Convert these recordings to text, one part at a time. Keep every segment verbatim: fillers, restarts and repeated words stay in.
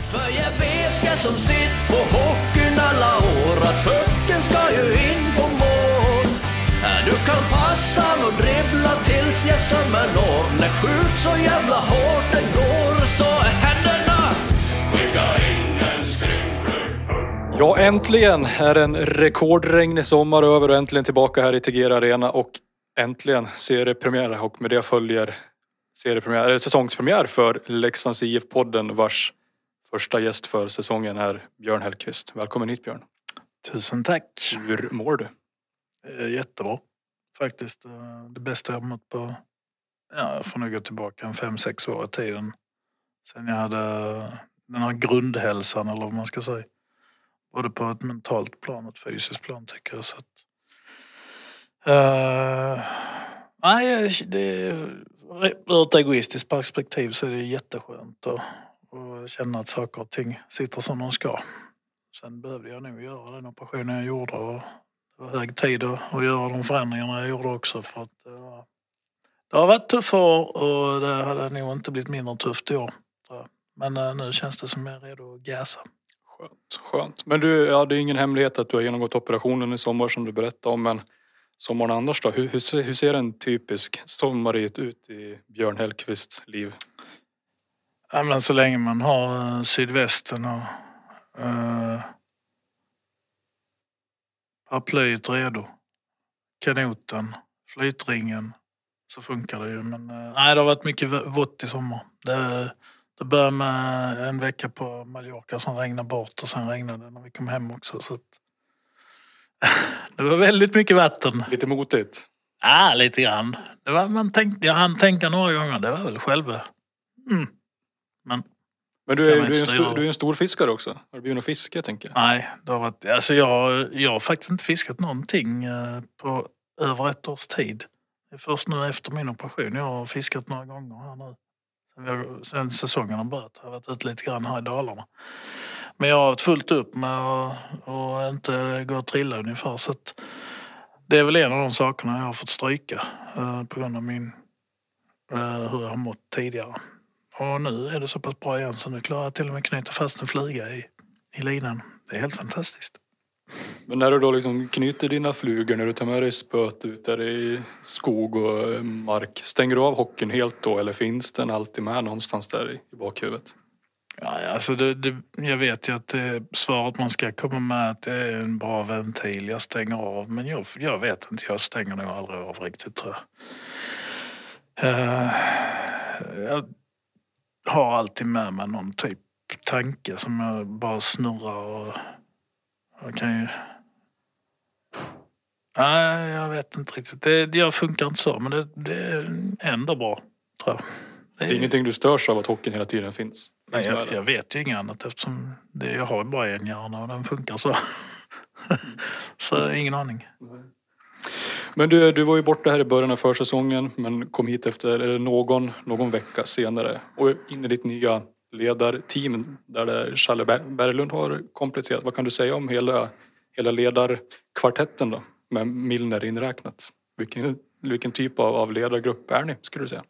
För jag vet jag som sitt på hockeyn alla år att pucken ska ju in på mål. Du kan passa och dribbla tills jag sömmer når. När skjut så jävla hårt den går så händerna skicka ingen skrynkler. Ja, äntligen är en rekordregnig sommar över och äntligen tillbaka här i Tegera Arena och äntligen seriepremiär och med det följer seriepremiär, eller säsongspremiär för Leksands I F-podden vars första gäst för säsongen är Björn Hellqvist. Välkommen hit Björn. Tusen tack. Hur mår du? Jättebra. Faktiskt det bästa jag mått på, ja, jag får nog gå tillbaka en fem, sex år i tiden. Sen jag hade den här grundhälsan eller vad man ska säga. Både på ett mentalt plan och ett fysiskt plan tycker jag. Så att, uh, nej, det ur ett egoistiskt perspektiv så är det jätteskönt att, att känna att saker och ting sitter som de ska. Sen behövde jag nog göra den operationen jag gjorde och det var hög tid att, att göra de förändringarna jag gjorde också för att det, var, det har varit tufft år och det hade nog inte blivit mindre tufft i år. Men uh, nu känns det som jag är redo att gasa. Skönt, skönt. Men du, ja, det är ingen hemlighet att du har genomgått operationen i sommar som du berättade om, men sommaren annars då? Hur, hur, har ser en typisk sommar ut i Björn Hellqvists liv? Ja, men så länge man har uh, sydvästen och uh, paraplyet redo, kanoten, flytringen, så funkar det ju. Men uh, nej, det har varit mycket vått i sommar. Det Det började med en vecka på Mallorca som regnade bort och sen regnade det när vi kom hem också. Så att det var väldigt mycket vatten. Lite motigt? Ja, lite grann. Det var, man tänkte, jag hann tänka några gånger, det var väl själva. Mm. Men, Men du är, du, är en stor, du är en stor fiskare också. Har du blivit någon fiske, tänker jag? Nej, det har varit, alltså jag, jag har faktiskt inte fiskat någonting på över ett års tid. Det är först nu efter min operation jag har fiskat några gånger här nu. Sen säsongen har börjat. Jag har varit ute lite grann här i Dalarna. Men jag har haft fullt upp med att och inte gå och trilla ungefär. Så att det är väl en av de sakerna jag har fått stryka uh, på grund av min, uh, hur jag har mått tidigare. Och nu är det så pass bra igen så nu klarar jag till och med knyta fast en flyga i, i linan. Det är helt fantastiskt. Men när du då liksom knyter dina flugor, när du tar med dig spöt ut där i skog och mark, stänger du av hockeyn helt då eller finns den alltid med någonstans där i, i bakhuvudet? Ja, alltså det, det, jag vet ju att det, svaret man ska komma med att det är en bra ventil, jag stänger av, men jag, jag vet inte, jag stänger nog aldrig av riktigt tror jag. Uh, jag har alltid med mig någon typ tanke som jag bara snurrar och jag kan ju... Nej, jag vet inte riktigt. Det, jag funkar inte så, men det, det är ändå bra, tror jag. Det är, det är ingenting du störs av att hockeyn hela tiden finns? Nej, jag, jag vet ju inget annat eftersom det, jag har bara en hjärna och den funkar så. Så ingen aning. Men du, du var ju borta här i början av försäsongen men kom hit efter någon, någon vecka senare och in i ditt nya ledarteam där det Challe Berglund har komplicerat. Vad kan du säga om hela, hela ledarkvartetten då? Med Milner inräknat. Vilken, vilken typ av, av ledargrupp är ni, skulle du säga?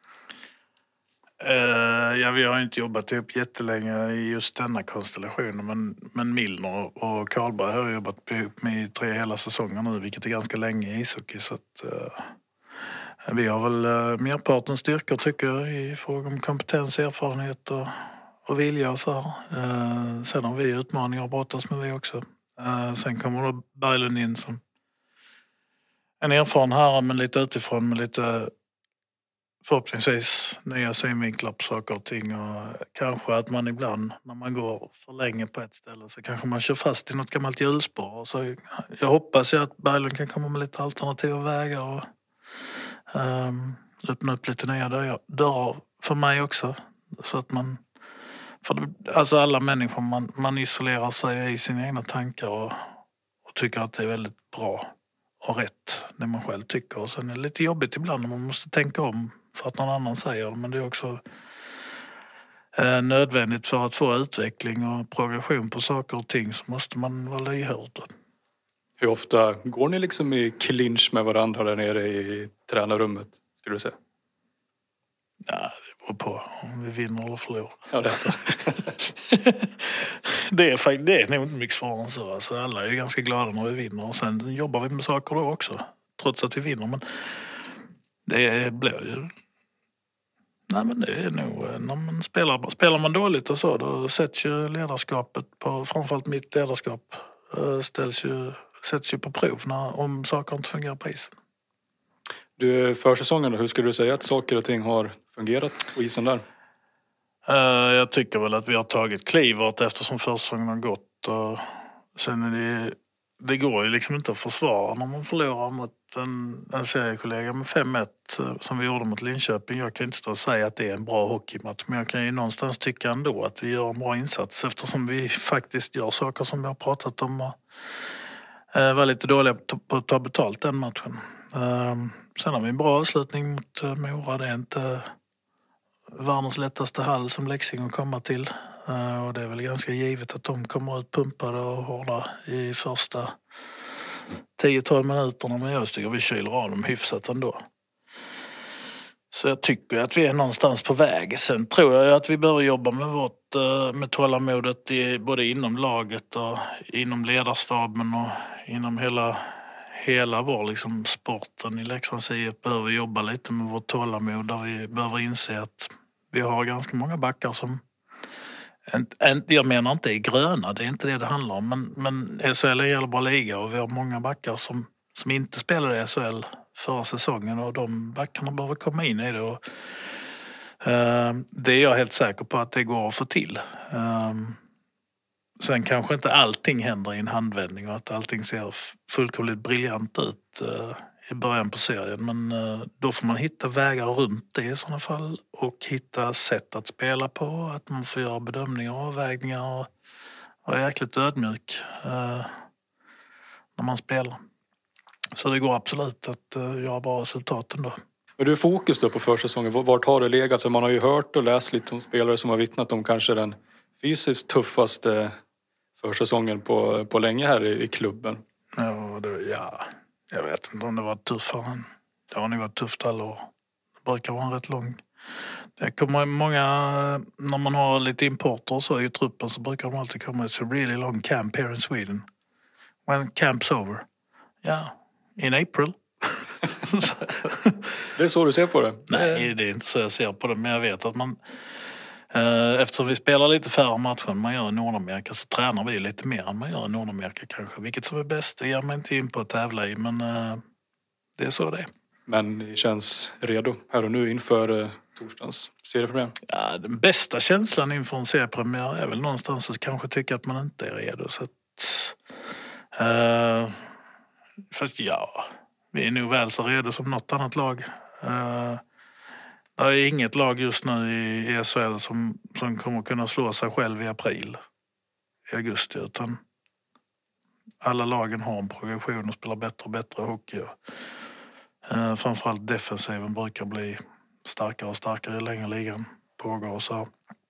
Uh, ja, vi har inte jobbat ihop jättelänge i just denna konstellationen. Men, men Milner och Karlberg har jobbat ihop med i tre hela säsonger nu. Vilket är ganska länge i ishockey. Så att, uh, vi har väl uh, merparten styrkor tycker jag i fråga om kompetens, erfarenhet och, och vilja och så här. Uh, sen har vi utmaningar att brottas med vi också. Uh, sen kommer då Berglund in som en erfaren herre men lite utifrån med lite förhoppningsvis nya synvinklar på saker och ting och kanske att man ibland när man går för länge på ett ställe så kanske man kör fast i något gammalt hjulspår. Och så jag hoppas ju att Berglund kan komma med lite alternativa vägar och um, öppna upp lite nya dörrar, dörrar för mig också. Så att man, för det, alltså alla människor, man, man isolerar sig i sina egna tankar och, och tycker att det är väldigt bra och rätt det man själv tycker. Och sen är det lite jobbigt ibland när man måste tänka om för att någon annan säger det. Men det är också eh, nödvändigt för att få utveckling och progression på saker och ting så måste man vara lyhörd. Hur ofta går ni liksom i clinch med varandra där nere i tränarrummet, skulle du säga? Ja, det beror på om vi vinner eller förlorar. Ja, det är så. det, är faktiskt, det är nog inte mycket svårare än så. Alltså, alla är ju ganska glada när vi vinner. Och sen jobbar vi med saker då också. Trots att vi vinner. Men det blir ju... Nej, men det är nog... När man spelar, spelar man dåligt och så, då sätts ju ledarskapet på... Framförallt mitt ledarskap ställs ju, sätts ju på prov när, om saker inte fungerar på isen. Du, försäsongen då, hur skulle du säga att saker och ting har fungerat på isen där? Uh, jag tycker väl att vi har tagit klivet eftersom försäsongen har gått. Och sen är det, det går ju liksom inte att försvara när man förlorar mot en, en seriekollega med fem ett som vi gjorde mot Linköping. Jag kan inte stå och säga att det är en bra hockeymatch, men jag kan ju någonstans tycka ändå att vi gör en bra insats eftersom vi faktiskt gör saker som vi har pratat om och uh, var lite dåliga på att ta betalt den matchen. Uh, sen har vi en bra avslutning mot uh, Mora. Det är inte världens lättaste hall som Leksing att komma till. Uh, och det är väl ganska givet att de kommer ut pumpade och hårda i första tio tolv minuterna. Men jag tycker vi kyler av dem hyfsat ändå. Så jag tycker att vi är någonstans på väg. Sen tror jag att vi behöver jobba med vårt uh, med tålamodet i, både inom laget och inom ledarstaben och inom hela hela vår liksom, sporten i Leksands I F behöver jobba lite med vårt tålamod där vi behöver inse att vi har ganska många backar som jag menar inte är gröna, det är inte det det handlar om, men, men S H L är en jävla bra liga och vi har många backar som, som inte spelade i S H L förra säsongen och de backarna behöver komma in i det och uh, det är jag helt säker på att det går att få till. Uh, Sen kanske inte allting händer i en handvändning och att allting ser fullkomligt briljant ut uh, i början på serien. Men uh, då får man hitta vägar runt det i sådana fall och hitta sätt att spela på. Att man får göra bedömningar och avvägningar och vara jäkligt ödmjuk uh, när man spelar. Så det går absolut att uh, göra bra resultat ändå. Men du, fokus då på försäsongen, vart har det legat? För man har ju hört och läst lite om spelare som har vittnat om kanske den fysiskt tuffaste försäsongen på, på länge här i, i klubben. Ja, det, ja, jag vet inte om det var tuffare. Det har nog varit tufft alla år. Det brukar vara en rätt lång. Det kommer många, när man har lite importer och så i truppen så brukar de alltid komma ett så really long camp here in Sweden. When camp's over. Ja, in April. Det är så du ser på det? Nej, det är inte så jag ser på det, men jag vet att man eftersom vi spelar lite färre matcher än man gör i Nordamerika så tränar vi lite mer än man gör i Nordamerika kanske. Vilket som är bäst, det ger man inte in på att tävla i, men uh, det är så det är. Men det känns redo här och nu inför uh, torsdagens seriepremiär? Ja, den bästa känslan inför en seriepremiär är väl någonstans att kanske tycka att man inte är redo. Så att, uh, fast ja, vi är nog väl så redo som något annat lag. Uh, Det är inget lag just nu i S H L som, som kommer kunna slå sig själv i april, i augusti, utan alla lagen har en progression och spelar bättre och bättre hockey. Uh, framförallt defensiven brukar bli starkare och starkare ju längre ligan pågår. Så,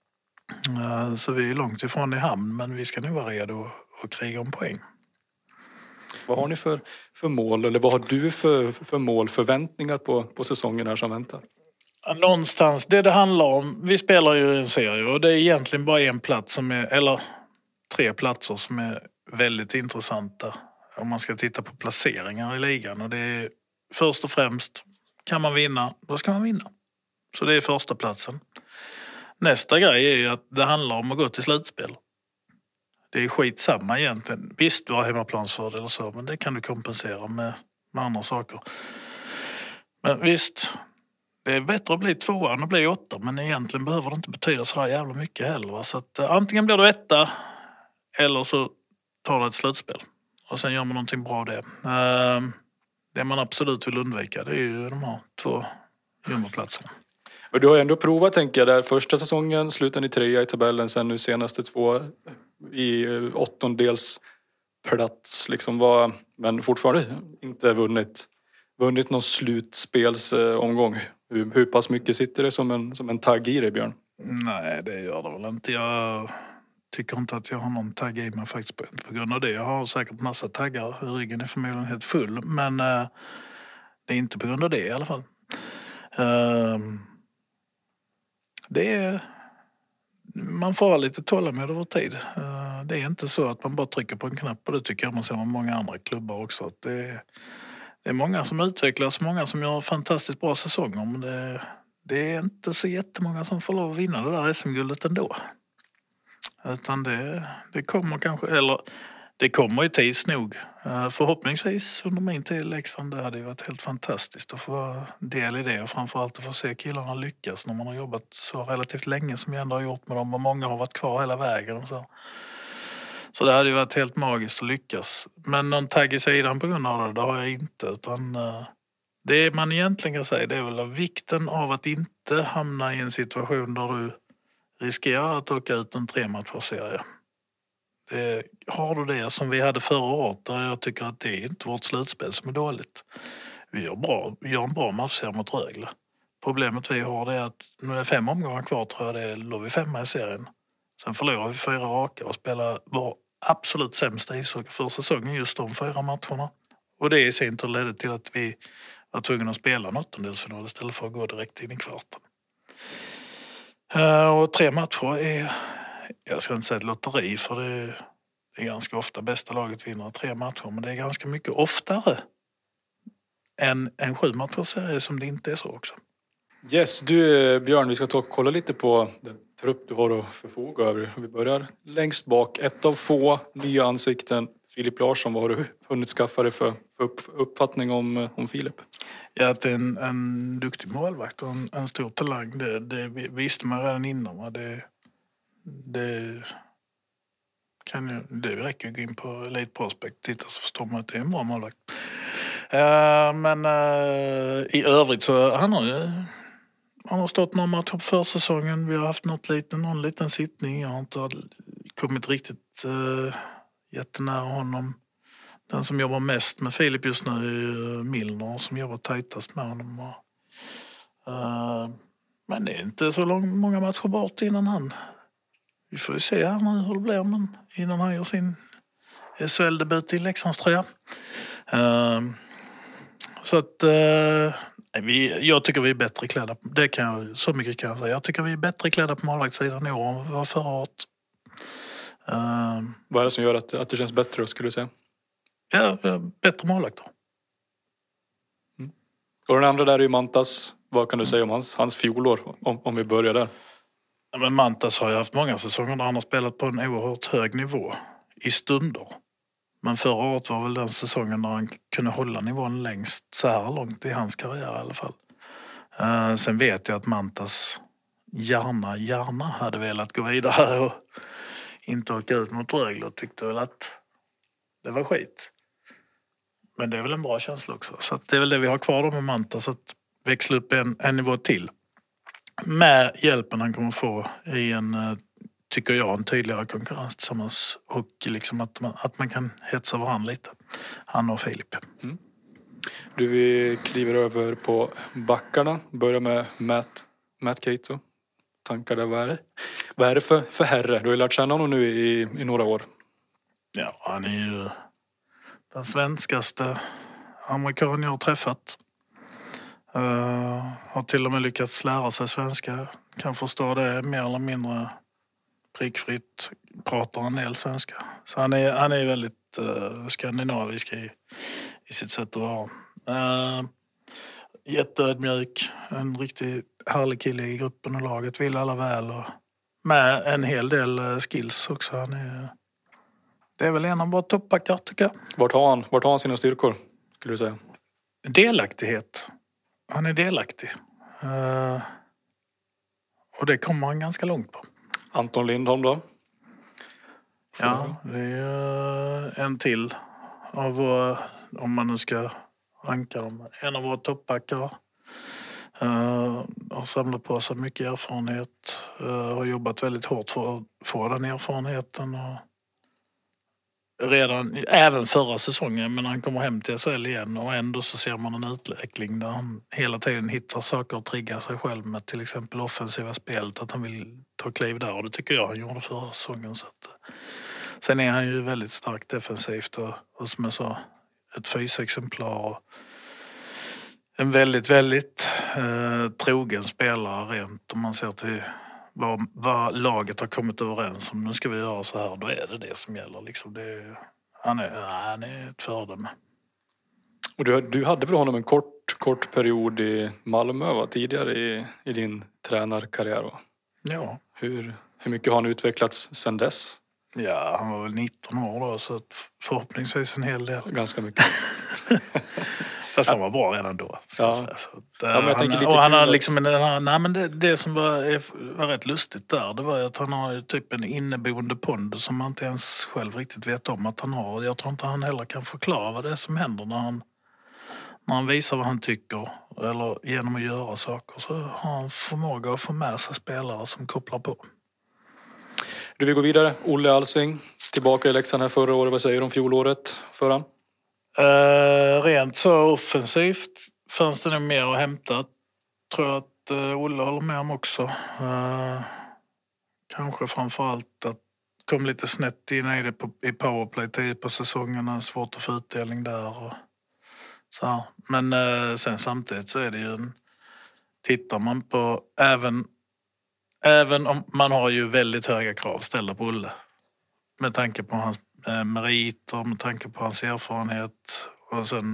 uh, så vi är långt ifrån i hamn, men vi ska nu vara redo att kriga om poäng. Vad har ni för, för mål, eller vad har du för, för mål, förväntningar på, på säsongen här som väntar? Någonstans, det det handlar om, vi spelar ju en serie och det är egentligen bara en plats som är, eller tre platser som är väldigt intressanta om man ska titta på placeringar i ligan. Och det är först och främst, kan man vinna, då ska man vinna. Så det är första platsen. Nästa grej är ju att det handlar om att gå till slutspel. Det är skitsamma egentligen. Visst, du har hemmaplansfördel och så, men det kan du kompensera med, med andra saker. Men visst, det är bättre att bli tvåa än att bli åtta, men egentligen behöver det inte betyda så där jävla mycket heller. Så att uh, antingen blir du etta eller så tar du ett slutspel. Och sen gör man någonting bra av det. Uh, det man absolut vill undvika, det är ju de här två jumbo-platserna. Men du har ändå provat, tänker jag, där första säsongen slutade ni trea i tabellen, sen nu senaste två i uh, åttondels plats liksom var, men fortfarande inte vunnit vunnit någon slutspelsomgång. Hur, hur pass mycket sitter det som en, som en tagg i dig, Björn? Nej, det gör det väl inte. Jag tycker inte att jag har någon tagg i mig faktiskt på, på grund av det. Jag har säkert massa taggar. Ryggen är förmodligen helt full. Men uh, det är inte på grund av det i alla fall. Uh, det är man får ha lite tålamod över tid. Det är inte så att man bara trycker på en knapp, och det tycker jag man ser med många andra klubbar också. Att det, det är många som utvecklas, många som gör fantastiskt bra säsonger, men det, det är inte så jättemånga som får lov att vinna det där S M-guldet ändå. Utan det, det kommer kanske, eller det kommer ju tids nog. Förhoppningsvis under min tid i Leksand, det hade ju varit helt fantastiskt att få vara del i det, och framförallt att få se killarna lyckas när man har jobbat så relativt länge som jag ändå har gjort med dem, och många har varit kvar hela vägen och så. Så det hade ju varit helt magiskt att lyckas. Men någon tagg i sidan på grund av det, det har jag inte. Utan det man egentligen kan säga, det är väl vikten av att inte hamna i en situation där du riskerar att åka ut en trematchserie. Det, har du det som vi hade förra året, där jag tycker att det är inte vårt slutspel som är dåligt. Vi gör, bra, vi gör en bra matchserie mot Rögle. Problemet vi har det är att nu är det fem omgångar kvar, tror jag det är, låg vi femma i serien. Sen förlorar vi fyra raka och spelar vår absolut sämsta ishockey för säsongen just de fyra matcherna. Och det i sin tur ledde till att vi var tvungna att spela en åttondelsfinal istället för att gå direkt in i kvarten. Uh, och tre matcher är, jag ska inte säga ett lotteri, för det är, det är ganska ofta bästa laget vinner tre matcher, men det är ganska mycket oftare än en sju matcher serie som det inte är så också. Yes, du Björn, vi ska ta och kolla lite på den trupp du har att förfoga över. Vi börjar längst bak. Ett av få nya ansikten, Filip Larsson. Vad har du hunnit skaffa dig för, för upp, uppfattning om, om Filip? Ja, att det är en, en duktig målvakt och en, en stor talang. Det, det visste man redan innan. Va? Det, det, kan ju, det räcker att gå in på Elite Prospect, titta så förstår man att det är en bra målvakt. Uh, men uh, i övrigt så han har ju han har stått några matcher på försäsongen. Vi har haft något liten, någon liten sittning. Jag har inte kommit riktigt uh, jättenära honom. Den som jobbar mest med Filip just nu är Milner, som jobbar tajtast med honom. Uh, men det är inte så lång, många matcher bort innan han. Vi får ju se här nu hur det blir, men innan han gör sin S H L-debut i Leksands tröja. Uh, så att uh, vi, jag tycker vi är bättre klädda. Det kan jag, så mycket kan jag säga. Jag tycker vi är bättre klädda på målvaktssidan i år än vi var förra året. Uh, Vad är det som gör att, att det känns bättre, skulle du säga? Ja, bättre målvakter. Mm. Och den andra där är ju Mantas. Vad kan du säga om hans, hans fjolår, om, om vi börjar där? Ja, men Mantas har ju haft många säsonger där han har spelat på en oerhört hög nivå i stunder. Men förra året var väl den säsongen när han kunde hålla nivån längst så här långt i hans karriär i alla fall. Uh, sen vet jag att Mantas gärna, gärna hade velat gå vidare och inte åka ut mot Rögle, och tyckte väl att det var skit. Men det är väl en bra känsla också. Så att det är väl det vi har kvar då med Mantas, att växla upp en, en nivå till. Med hjälpen han kommer få i en, tycker jag, en tydligare konkurrens tillsammans. Och liksom att man, att man kan hetsa varandra lite. Han och Filip. Mm. Du, vi kliver över på backarna. Börjar med Matt, Matt Cato. Tankar där, vad är det? Vad är det för, för herre? Du har ju lärt känna honom nu i, i några år. Ja, han är ju den svenskaste amerikan jag har träffat. Uh, har till och med lyckats lära sig svenska. Kan förstå det mer eller mindre prickfritt. Pratar en del svenska. Så han är, han är väldigt uh, skandinavisk i, i sitt sätt att vara. Uh, jätteödmjuk. En riktigt härlig kille i gruppen och laget. Vill alla väl. Och med en hel del uh, skills också. Han är... Det är väl en av våra toppbackar, tycker jag. Vart har han, vart har han sina styrkor, skulle du säga? Delaktighet. Han är delaktig. Uh, och det kommer han ganska långt på. Anton Lindholm då? Får ja, det är uh, en till av våra, om man nu ska ranka dem, en av våra toppbackar. Uh, har samlat på sig mycket erfarenhet. Uh, har jobbat väldigt hårt för att få den erfarenheten. Och redan, även förra säsongen, men han kommer hem till S H L igen, och ändå så ser man en utveckling där han hela tiden hittar saker att trigga sig själv med, till exempel offensiva spelet, att han vill ta kliv där, och det tycker jag han gjorde förra säsongen. Så att, sen är han ju väldigt starkt defensivt och, och som jag sa, ett fysexemplar. En väldigt, väldigt eh, trogen spelare rent om man ser till vad, vad laget har kommit överens om. Nu ska vi göra så här, då är det det som gäller. Liksom det är, han, är, han är ett föredöme. Och du, du hade för honom en kort, kort period i Malmö, va? Tidigare i, i din tränarkarriär. Va? Ja. Hur, hur mycket har han utvecklats sedan dess? Ja, han var väl nitton år då, så förhoppningsvis en hel del. Ganska mycket. Fast han var bra redan då. Ja. Så, Ja, men jag han, tänker lite och han har att... liksom en, nej, men det, det som var, var rätt lustigt där, det var att han har typ en inneboende pondus som man inte ens själv riktigt vet om att han har. Jag tror inte han heller kan förklara vad det är som händer när han, när han visar vad han tycker eller genom att göra saker, så har han förmåga att få med sig spelare som kopplar på. Du, vi går vidare. Olle Alsing, tillbaka i Leksand här förra året. Vad säger du om fjolåret för han? Uh, rent så offensivt fanns det nog mer att hämta. Tror jag att uh, Olle håller med om också. Uh, kanske framförallt att kom lite snett in i det på, i powerplay tid på säsongerna. Svårt att få utdelning där. Och så här. Men uh, sen samtidigt så är det ju en... Tittar man på även... Även om man har ju väldigt höga krav ställda på Olle. Med tanke på hans eh, meriter, med tanke på hans erfarenhet. Och sen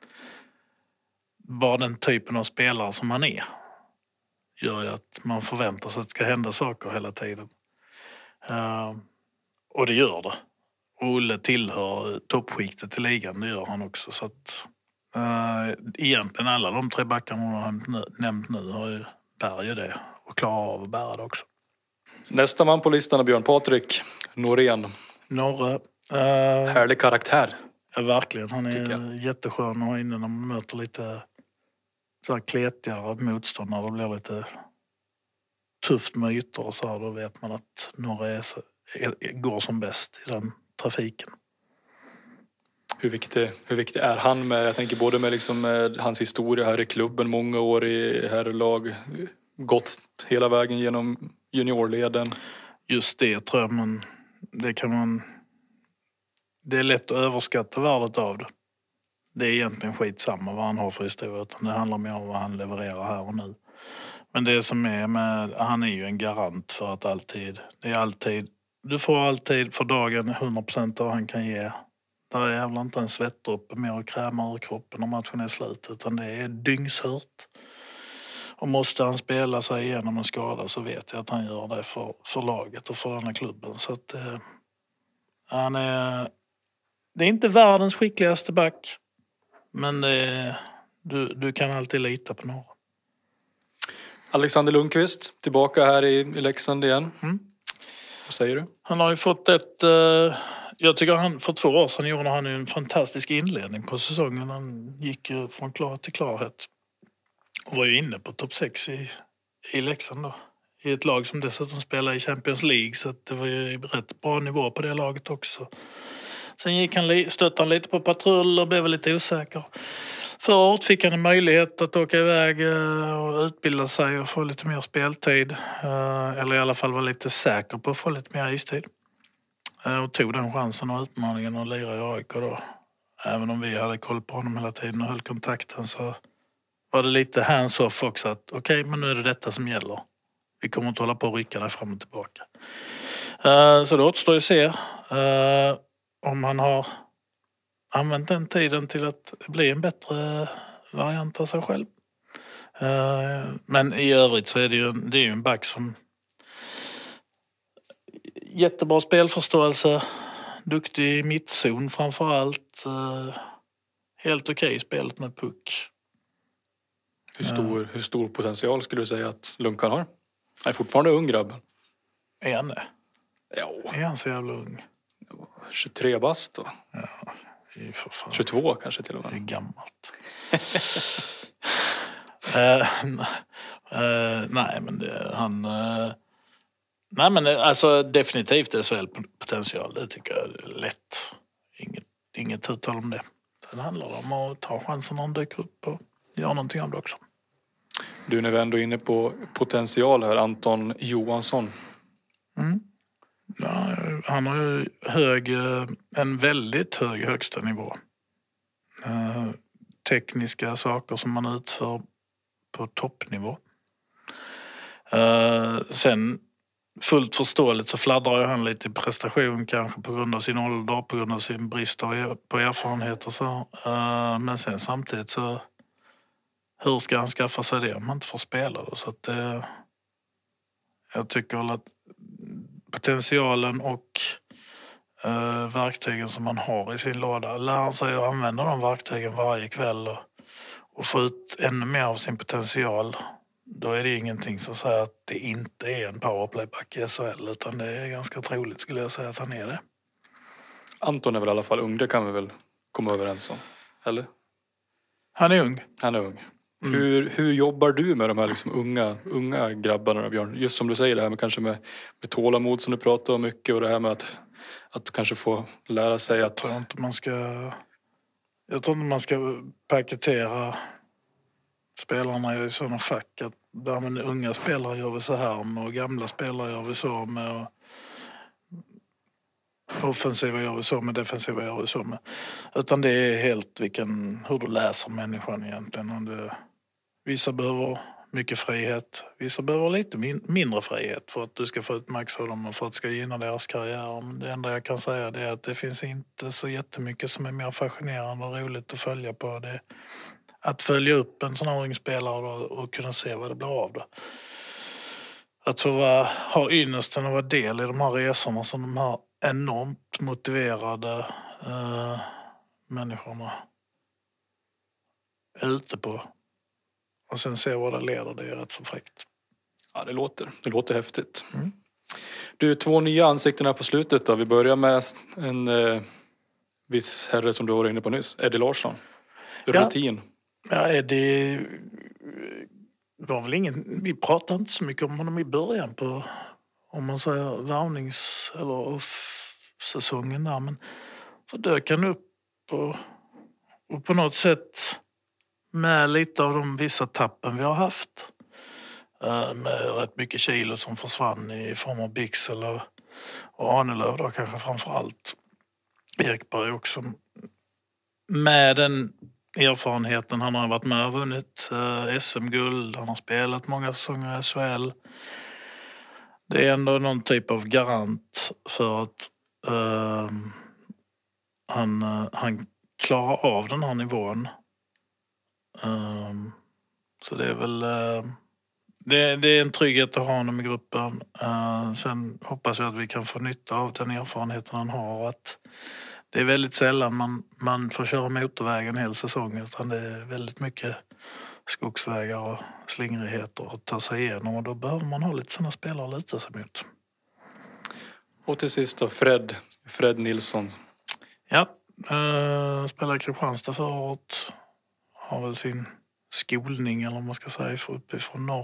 bara den typen av spelare som han är. Gör ju att man förväntar sig att det ska hända saker hela tiden. Uh, och det gör det. Och Olle tillhör toppskiktet i ligan, det gör han också. Så att uh, egentligen alla de tre backarna hon har nämnt nu har ju, bär ju det. Och klarar av att bära det också. Nästa man på listan är Björn Patrik Norén. Norre. Uh, Härlig karaktär. Ja, verkligen. Han är jätteskön att ha inne när man möter lite så här kletigare motstånd. När det blir lite tufft med ytor och så här, då vet man att Norre är, är, går som bäst i den trafiken. Hur viktig, hur viktig är han med, jag tänker både med, liksom, med hans historia här i klubben, många år i herrlag, gått hela vägen genom juniorleden. Just det tror jag man, det kan man, det är lätt att överskatta värdet av det. Det är egentligen skitsamma vad han har för historia, utan det handlar mer om vad han levererar här och nu. Men det som är med, han är ju en garant för att alltid, det är alltid, du får alltid för dagen hundra procent av vad han kan ge. Där är jävla inte en svettdroppe mer att kräma ur kroppen om matchen är slut, utan det är dyngshört. Och måste han spela sig igenom en skada så vet jag att han gör det för, för laget och för den här klubben. Så att eh, han är, det är inte världens skickligaste back, men det är, du, du kan alltid lita på några. Alexander Lundqvist, tillbaka här i, i Leksand igen. Mm. Vad säger du? Han har ju fått ett... Eh, jag tycker han för två år sedan gjorde han en fantastisk inledning på säsongen. Han gick ju från klarhet till klarhet. Och var ju inne på topp sex i, i Leksand då. I ett lag som dessutom spelar i Champions League. Så det var ju rätt bra nivå på det laget också. Sen gick han, stötte han lite på patrull och blev lite osäker. Förra året fick han en möjlighet att åka iväg och utbilda sig och få lite mer speltid. Eller i alla fall vara lite säker på att få lite mer istid. Och tog den chansen och utmaningen och lira i A I K då. Även om vi hade koll på honom hela tiden och höll kontakten, så var det lite hands-off också. Att okej, okay, men nu är det detta som gäller. Vi kommer inte hålla på och rycka där fram och tillbaka. Så det återstår att se om han har använt den tiden till att bli en bättre variant av sig själv. Men i övrigt så är det ju, det är ju en back som jättebra spelförståelse, duktig i mittzon framförallt, helt okej okay spelet med puck. Hur stor, hur stor potential skulle du säga att Lunkan har? Han är fortfarande ung, grabben. Är han det? Ja. Är han så jävla ung? tjugotre bast då. Ja, för fan. tjugotvå kanske till och med. Det är gammalt. uh, uh, nej, men det, han... Uh, nej, men alltså definitivt S H L-potential. Det tycker jag är lätt. Inget, inget uttal om det. Det handlar om att ta chansen när han dyker upp och göra någonting av det också. Du, när vi ändå är inne på potential här, Anton Johansson. Mm. Ja, han har ju hög, en väldigt hög högsta nivå. Eh, tekniska saker som man utför på toppnivå. Uh, sen fullt förståeligt så fladdrar ju han lite i prestation kanske på grund av sin ålder, på grund av sin brist på erfarenhet och så. Uh, men sen samtidigt så hur ska han skaffa sig det om han inte får spela då? Så att uh, jag tycker väl att potentialen och uh, verktygen som man har i sin låda, lär han sig att använda de verktygen varje kväll och, och få ut ännu mer av sin potential, då är det ingenting som säger att det inte är en powerplayback i S H L, utan det är ganska troligt skulle jag säga att han är det. Anton är väl i alla fall ung, det kan vi väl komma överens om, eller? Han är ung. Han är ung. Mm. Hur, hur jobbar du med de här liksom unga, unga grabbarna, Björn? Just som du säger, det här med kanske med, med tålamod som du pratar om mycket, och det här med att, att kanske få lära sig att... Jag tror inte man ska, jag tror inte man ska paketera spelarna i sådana fack att där med unga spelare gör vi så här och gamla spelare gör vi så med, och offensiva gör vi så med, defensiva gör vi så med. Utan det är helt vilken, hur du läser människan egentligen. Och det, vissa behöver mycket frihet, vissa behöver lite min, mindre frihet för att du ska få ut max av dem och för att det ska gynna deras karriär. Men det enda jag kan säga det är att det finns inte så jättemycket som är mer fascinerande och roligt att följa på det. Att följa upp en sån här ung spelare och, och kunna se vad det blir av det. Att få vara, ha ynnesten och vara del i de här resorna som de här enormt motiverade eh, människorna är ute på. Och sen se vad det leder, det är rätt så fräckt. Ja, det låter, det låter häftigt. Mm. Du, två nya ansikten här på slutet då. Vi börjar med en eh, viss herre som du var inne på nyss, Eddie Larsson. Rutin. Ja, ja Eddie var väl ingen, vi pratade inte så mycket om honom i början på, om man säger varvnings- eller off-säsongen där, men så dök han upp och, och på något sätt med lite av de vissa tappen vi har haft. Med rätt mycket kilo som försvann i form av Bixel och, och Ahnelöv då kanske framförallt. Ekberg också. Med den erfarenheten, han har varit med och vunnit eh, S M-guld, han har spelat många säsonger i S H L. Det är ändå någon typ av garant för att eh, han, han klarar av den här nivån. Eh, så det är väl... Eh, Det, det är en trygghet att ha honom i gruppen. Uh, sen hoppas jag att vi kan få nytta av den erfarenheten han har. Att det är väldigt sällan man, man får köra motorvägen hela säsongen. Utan det är väldigt mycket skogsvägar och slingrigheter att ta sig igenom. Och då behöver man ha lite sådana spelare att luta sig mot. Och till sist då, Fred, Fred Nilsson. Ja, uh, spelar i Kristianstad förra året. Har väl sin skolning eller vad man ska säga uppifrån norr.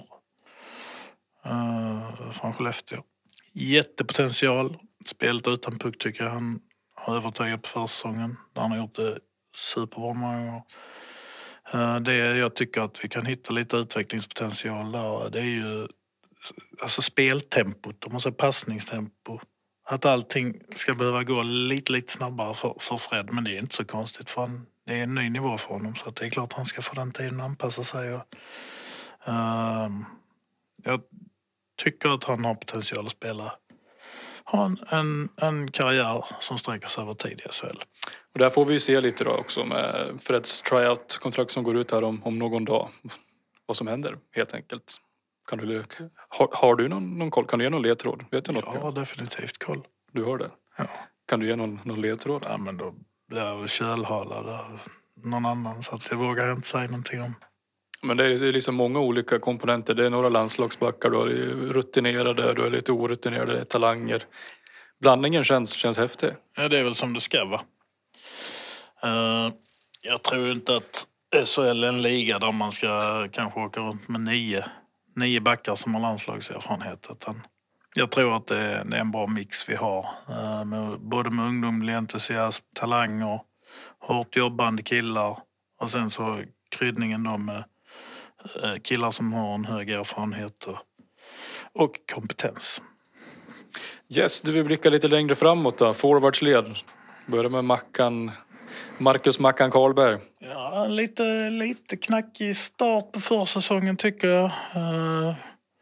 Uh, från Skellefteå. Jättepotential. Spelet utan puck tycker jag han har övertaget på försäsongen. Där han har gjort det superbra många gånger. Uh, det jag tycker att vi kan hitta lite utvecklingspotential där. Det är ju alltså speltempot. Om man säger passningstempo. Att allting ska behöva gå lite, lite snabbare för, för Fred. Men det är inte så konstigt för han, det är en ny nivå för honom. Så att det är klart att han ska få den tiden att anpassa sig. Och, uh, jag tycker att han har potential att spela. Ha en, en, en karriär som sträcker sig över tid i S H L. Och där får vi ju se lite då också med Freds tryout-kontrakt som går ut här om, om någon dag. Vad som händer helt enkelt. Kan du, har, har du någon, någon koll? Kan du ge någon ledtråd? Vet du något? Ja, definitivt koll. Du har det? Ja. Kan du ge någon, någon ledtråd? Ja, men då blir jag väl kölhalad av någon annan. Så att det vågar jag inte säga någonting om. Men det är, det är liksom många olika komponenter. Det är några landslagsbackar, du är rutinerade, du är lite orutinerade, det är talanger. Blandningen känns, känns häftig. Ja, det är väl som det ska vara. Uh, jag tror inte att S H L är en liga där man ska kanske åka runt med nio, nio backar som har landslagserfarenhet. Utan jag tror att det är, det är en bra mix vi har. Uh, med, både med ungdomlig entusiasm, talanger, hårt jobbande killar. Och sen så kryddningen då med killar som har en hög erfarenhet och, och kompetens. Yes, du vill blicka lite längre framåt då. Forwardsled. Börjar med Mackan, Marcus Mackan Karlberg. Ja, lite, lite knackig start på försäsongen tycker jag. Uh,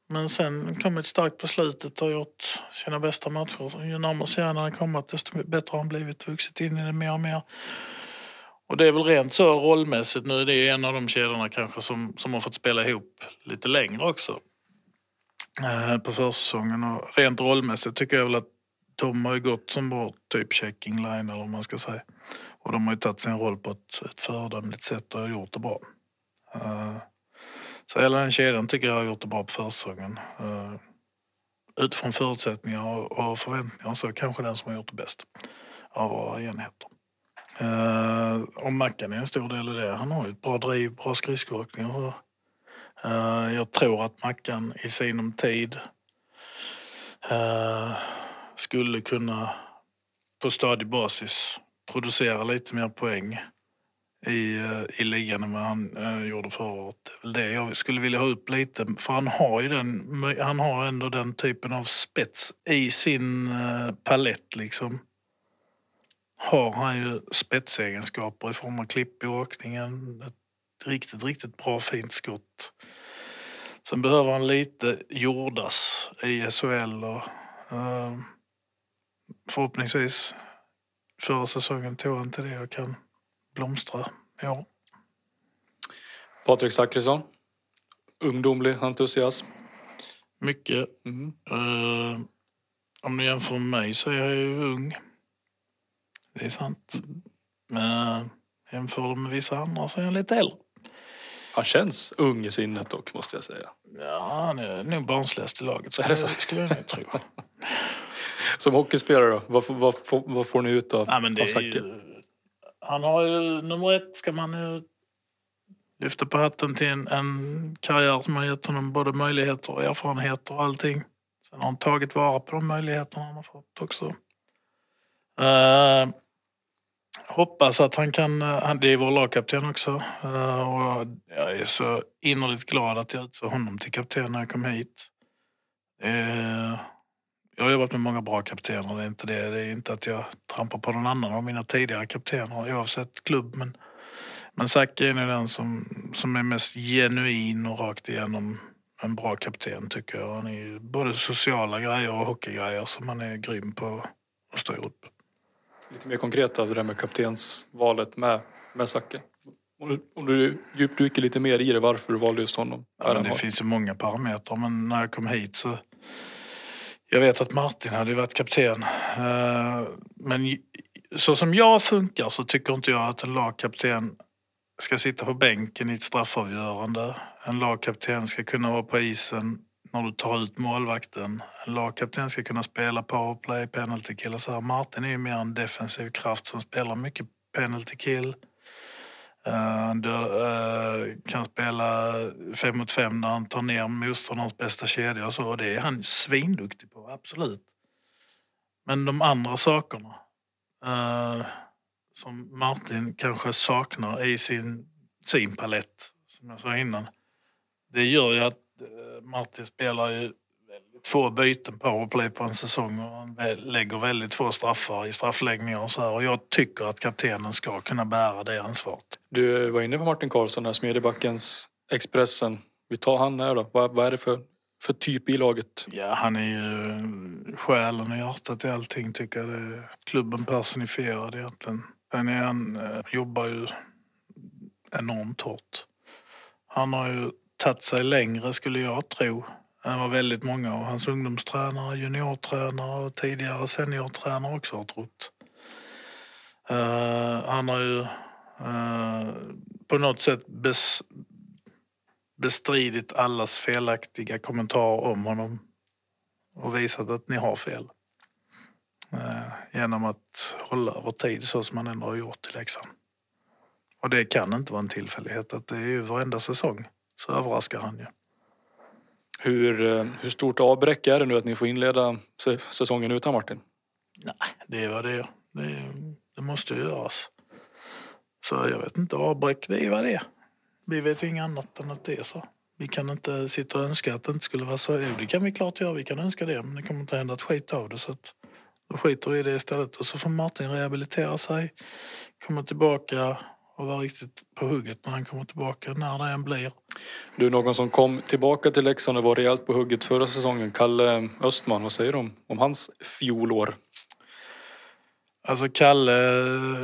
Men sen kommit starkt på slutet och gjort sina bästa matcher. Ju närmare serien han kommit, desto bättre har han blivit, vuxit in i det mer och mer. Och det är väl rent så rollmässigt nu. Det är en av de kedjorna kanske som, som har fått spela ihop lite längre också. Eh, på försäsongen. Och rent rollmässigt tycker jag väl att de har ju gått som vår typ checking line eller vad man ska säga. Och de har ju tagit sin roll på ett, ett föredömligt sätt och har gjort det bra. Uh, så hela den kedjan tycker jag har gjort det bra på försäsongen. Uh, utifrån förutsättningar och, och förväntningar så kanske den som har gjort det bäst av våra enheter. Uh, och Mackan är en stor del av det. Han har ju ett bra driv, bra skridskoåkning. Uh, jag tror att Mackan i sinom tid uh, skulle kunna på stadig basis producera lite mer poäng i, i ligan än vad han äh, gjorde förra året. Det är väl det jag skulle vilja ha upp lite. För han har ju den, han har ändå den typen av spets i sin äh, palett liksom. Har han ju spetsegenskaper i form av klipp i åkningen. Ett riktigt, riktigt bra fint skott. Sen behöver han lite jordas i S H L och äh, förhoppningsvis förra säsongen tog han till det och kan blomstra. Ja. Patrik Zackrisson. Ungdomlig entusiasm. Mycket. Mm. Uh, om du jämför med mig så är jag ju ung. Det är sant. Mm. Men jämför med vissa andra så är jag lite äldre. Han känns ung i sinnet dock, måste jag säga. Ja, han är nog barnsligast i laget. Så är det så? Skulle jag nog tro. Som hockeyspelare då? Vad, vad, vad, vad får ni ut av, ja, men det av Zacke? Han har ju, nummer ett ska man ju lyfta på hatten till en, en karriär som har gett honom både möjligheter och erfarenheter och allting. Sen har han tagit vara på de möjligheterna han har fått också. Uh, hoppas att han kan, han det är vår lagkapten också. Uh, och jag är så innerligt glad att jag utsåg honom till kapten när jag kom hit. Uh, Jag har jobbat med många bra kaptener, det är inte det. Det är inte att jag trampar på någon annan av mina tidigare kaptener oavsett klubb. Men, men Zacke är nu den som, som är mest genuin och rakt igenom en bra kapten tycker jag. Han är både sociala grejer och hockeygrejer som han är grym på att stå upp. Lite mer konkret av det där med kaptensvalet med, med Zacke. Om du, om du djupdyker lite mer i det, varför du valde just honom? Ja, men det har. Finns ju många parametrar, men när jag kom hit så... Jag vet att Martin hade varit kapten. Men så som jag funkar så tycker inte jag att en lagkapten ska sitta på bänken i ett straffavgörande. En lagkapten ska kunna vara på isen när du tar ut målvakten. En lagkapten ska kunna spela powerplay, penalty kill och så här. Martin är ju mer en defensiv kraft som spelar mycket penalty kill. Han uh, kan spela fem mot fem när han tar ner motståndarens bästa kedja och så. Och det är han svinduktig på, absolut. Men de andra sakerna uh, som Martin kanske saknar i sin, sin palett, som jag sa innan. Det gör ju att uh, Martin spelar ju väldigt få byten powerplay på en säsong och han lägger väldigt få straffar i straffläggningar och så här. Och jag tycker att kaptenen ska kunna bära det ansvaret. Du var inne på Martin Karlsson här, Smedjebackens Expressen. Vi tar han här då. Vad, vad är det för, för typ i laget? Ja, han är ju själen och hjärtat i allting tycker jag. Det är klubben personifierad egentligen. Sen är han, jobbar ju enormt hårt. Han har ju tagit sig längre skulle jag tro. Han var väldigt många av hans ungdomstränare, juniortränare och tidigare seniortränare också har trott. Uh, han har ju uh, på något sätt bes, bestridit allas felaktiga kommentarer om honom och visat att ni har fel. Uh, genom att hålla över tid så som han ändå har gjort i Leksand. Och det kan inte vara en tillfällighet att det är ju varenda säsong så överraskar han ju. Hur, hur stort avbräck är det nu att ni får inleda säsongen utan Martin? Nej, det är vad det är. Det, det måste ju göras. Så jag vet inte, avbräck, det är vad det är. Vi vet inget annat än att det är så. Vi kan inte sitta och önska att det inte skulle vara så. Det kan vi klart göra, vi kan önska det. Men det kommer inte hända ett skit av det. Så att då skiter vi i det istället. Och så får Martin rehabilitera sig. Komma tillbaka och vara riktigt på hugget när han kommer tillbaka, när det än blir. Du, någon som kom tillbaka till Leksand och var rejält på hugget förra säsongen, Kalle Östman, vad säger du om, om hans fjolår? Alltså Kalle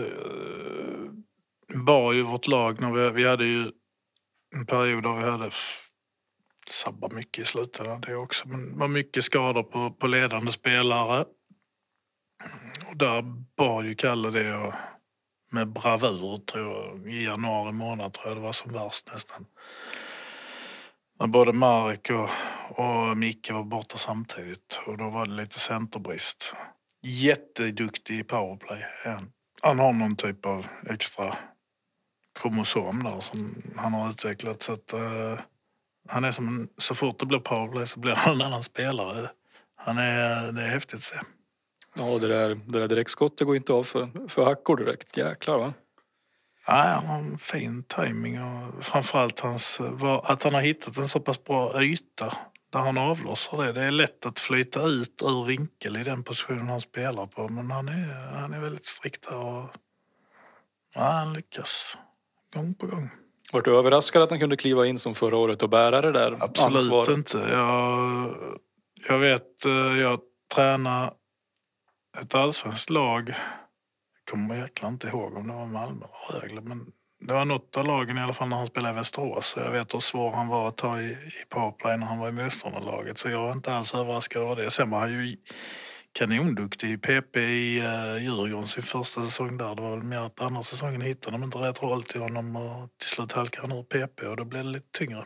bar ju vårt lag när vi, vi hade ju en period där vi hade f- sabba mycket i slutändan det också, men det var mycket skador på, på ledande spelare. Och där bar ju Kalle det och med bravur, tror jag, i januari månad tror jag det var som värst nästan. När både Marek och, och Micke var borta samtidigt och då var det lite centerbrist. Jätteduktig i powerplay. Han, han har någon typ av extra kromosom där som han har utvecklat så att uh, han är som en, så fort det blir powerplay så blir han en annan spelare. Han är, det är häftigt att se. Ja, det där, det där direktskottet går inte av för, för hackor direkt. Jäklar, va? Nej, han har en fin timing och framförallt hans, var, att han har hittat en så pass bra yta där han avlossar det. Det är lätt att flyta ut ur vinkel i den positionen han spelar på, men han är, han är väldigt strikt där och ja, han lyckas gång på gång. Var du överraskad att han kunde kliva in som förra året och bära det där Absolut ansvaret? Inte. Jag, jag vet, jag tränar ett allsvenskt lag. Jag kommer verkligen inte ihåg om det var Malmö eller Rögle, men det var något av lagen i alla fall när han spelade i Västerås. Så jag vet hur svår han var att ta i, i powerplay när han var i motståndarlaget. Så jag är inte alls överraskad av det. Sen var han ju kanonduktig i P P i uh, Djurgården sin första säsong där. Det var väl mer att andra säsongen hittade de inte rätt roll till honom och till slut halkade han ur P P och då blev det lite tyngre.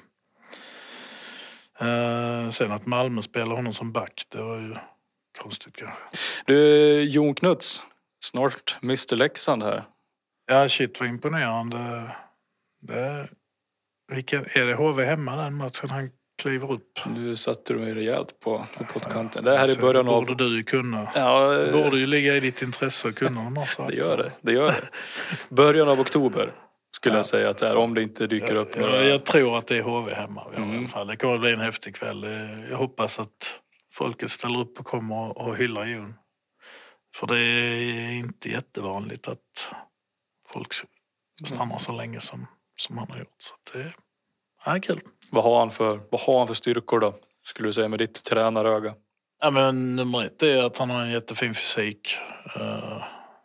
Uh, sen att Malmö spelade honom som back, det var ju konstigt kanske. Du, Jon Knuts, snart mister Leksand här. Ja, shit vad imponerande. Det, vilken, är det H V hemma den matchen han kliver upp? Nu satte du mig rejält på, på pottkanten. Det här är början av... Borde du ju kunna. Ja, det borde ju ligga i ditt intresse att kunna de här sakerna. Det gör det, det gör det. Början av oktober skulle ja. jag säga att det är, om det inte dyker ja, upp några... Jag, jag tror att det är H V hemma i mm. alla fall. Det kommer att bli en häftig kväll. Jag hoppas att folket ställer upp och kommer och hyllar Jon. För det är inte jättevanligt att folk stannar så länge som, som han har gjort. Så det är kul. Vad har han för, vad har han för styrkor då? Skulle du säga med ditt tränaröga? Ja, men nummer ett är att han har en jättefin fysik. Uh,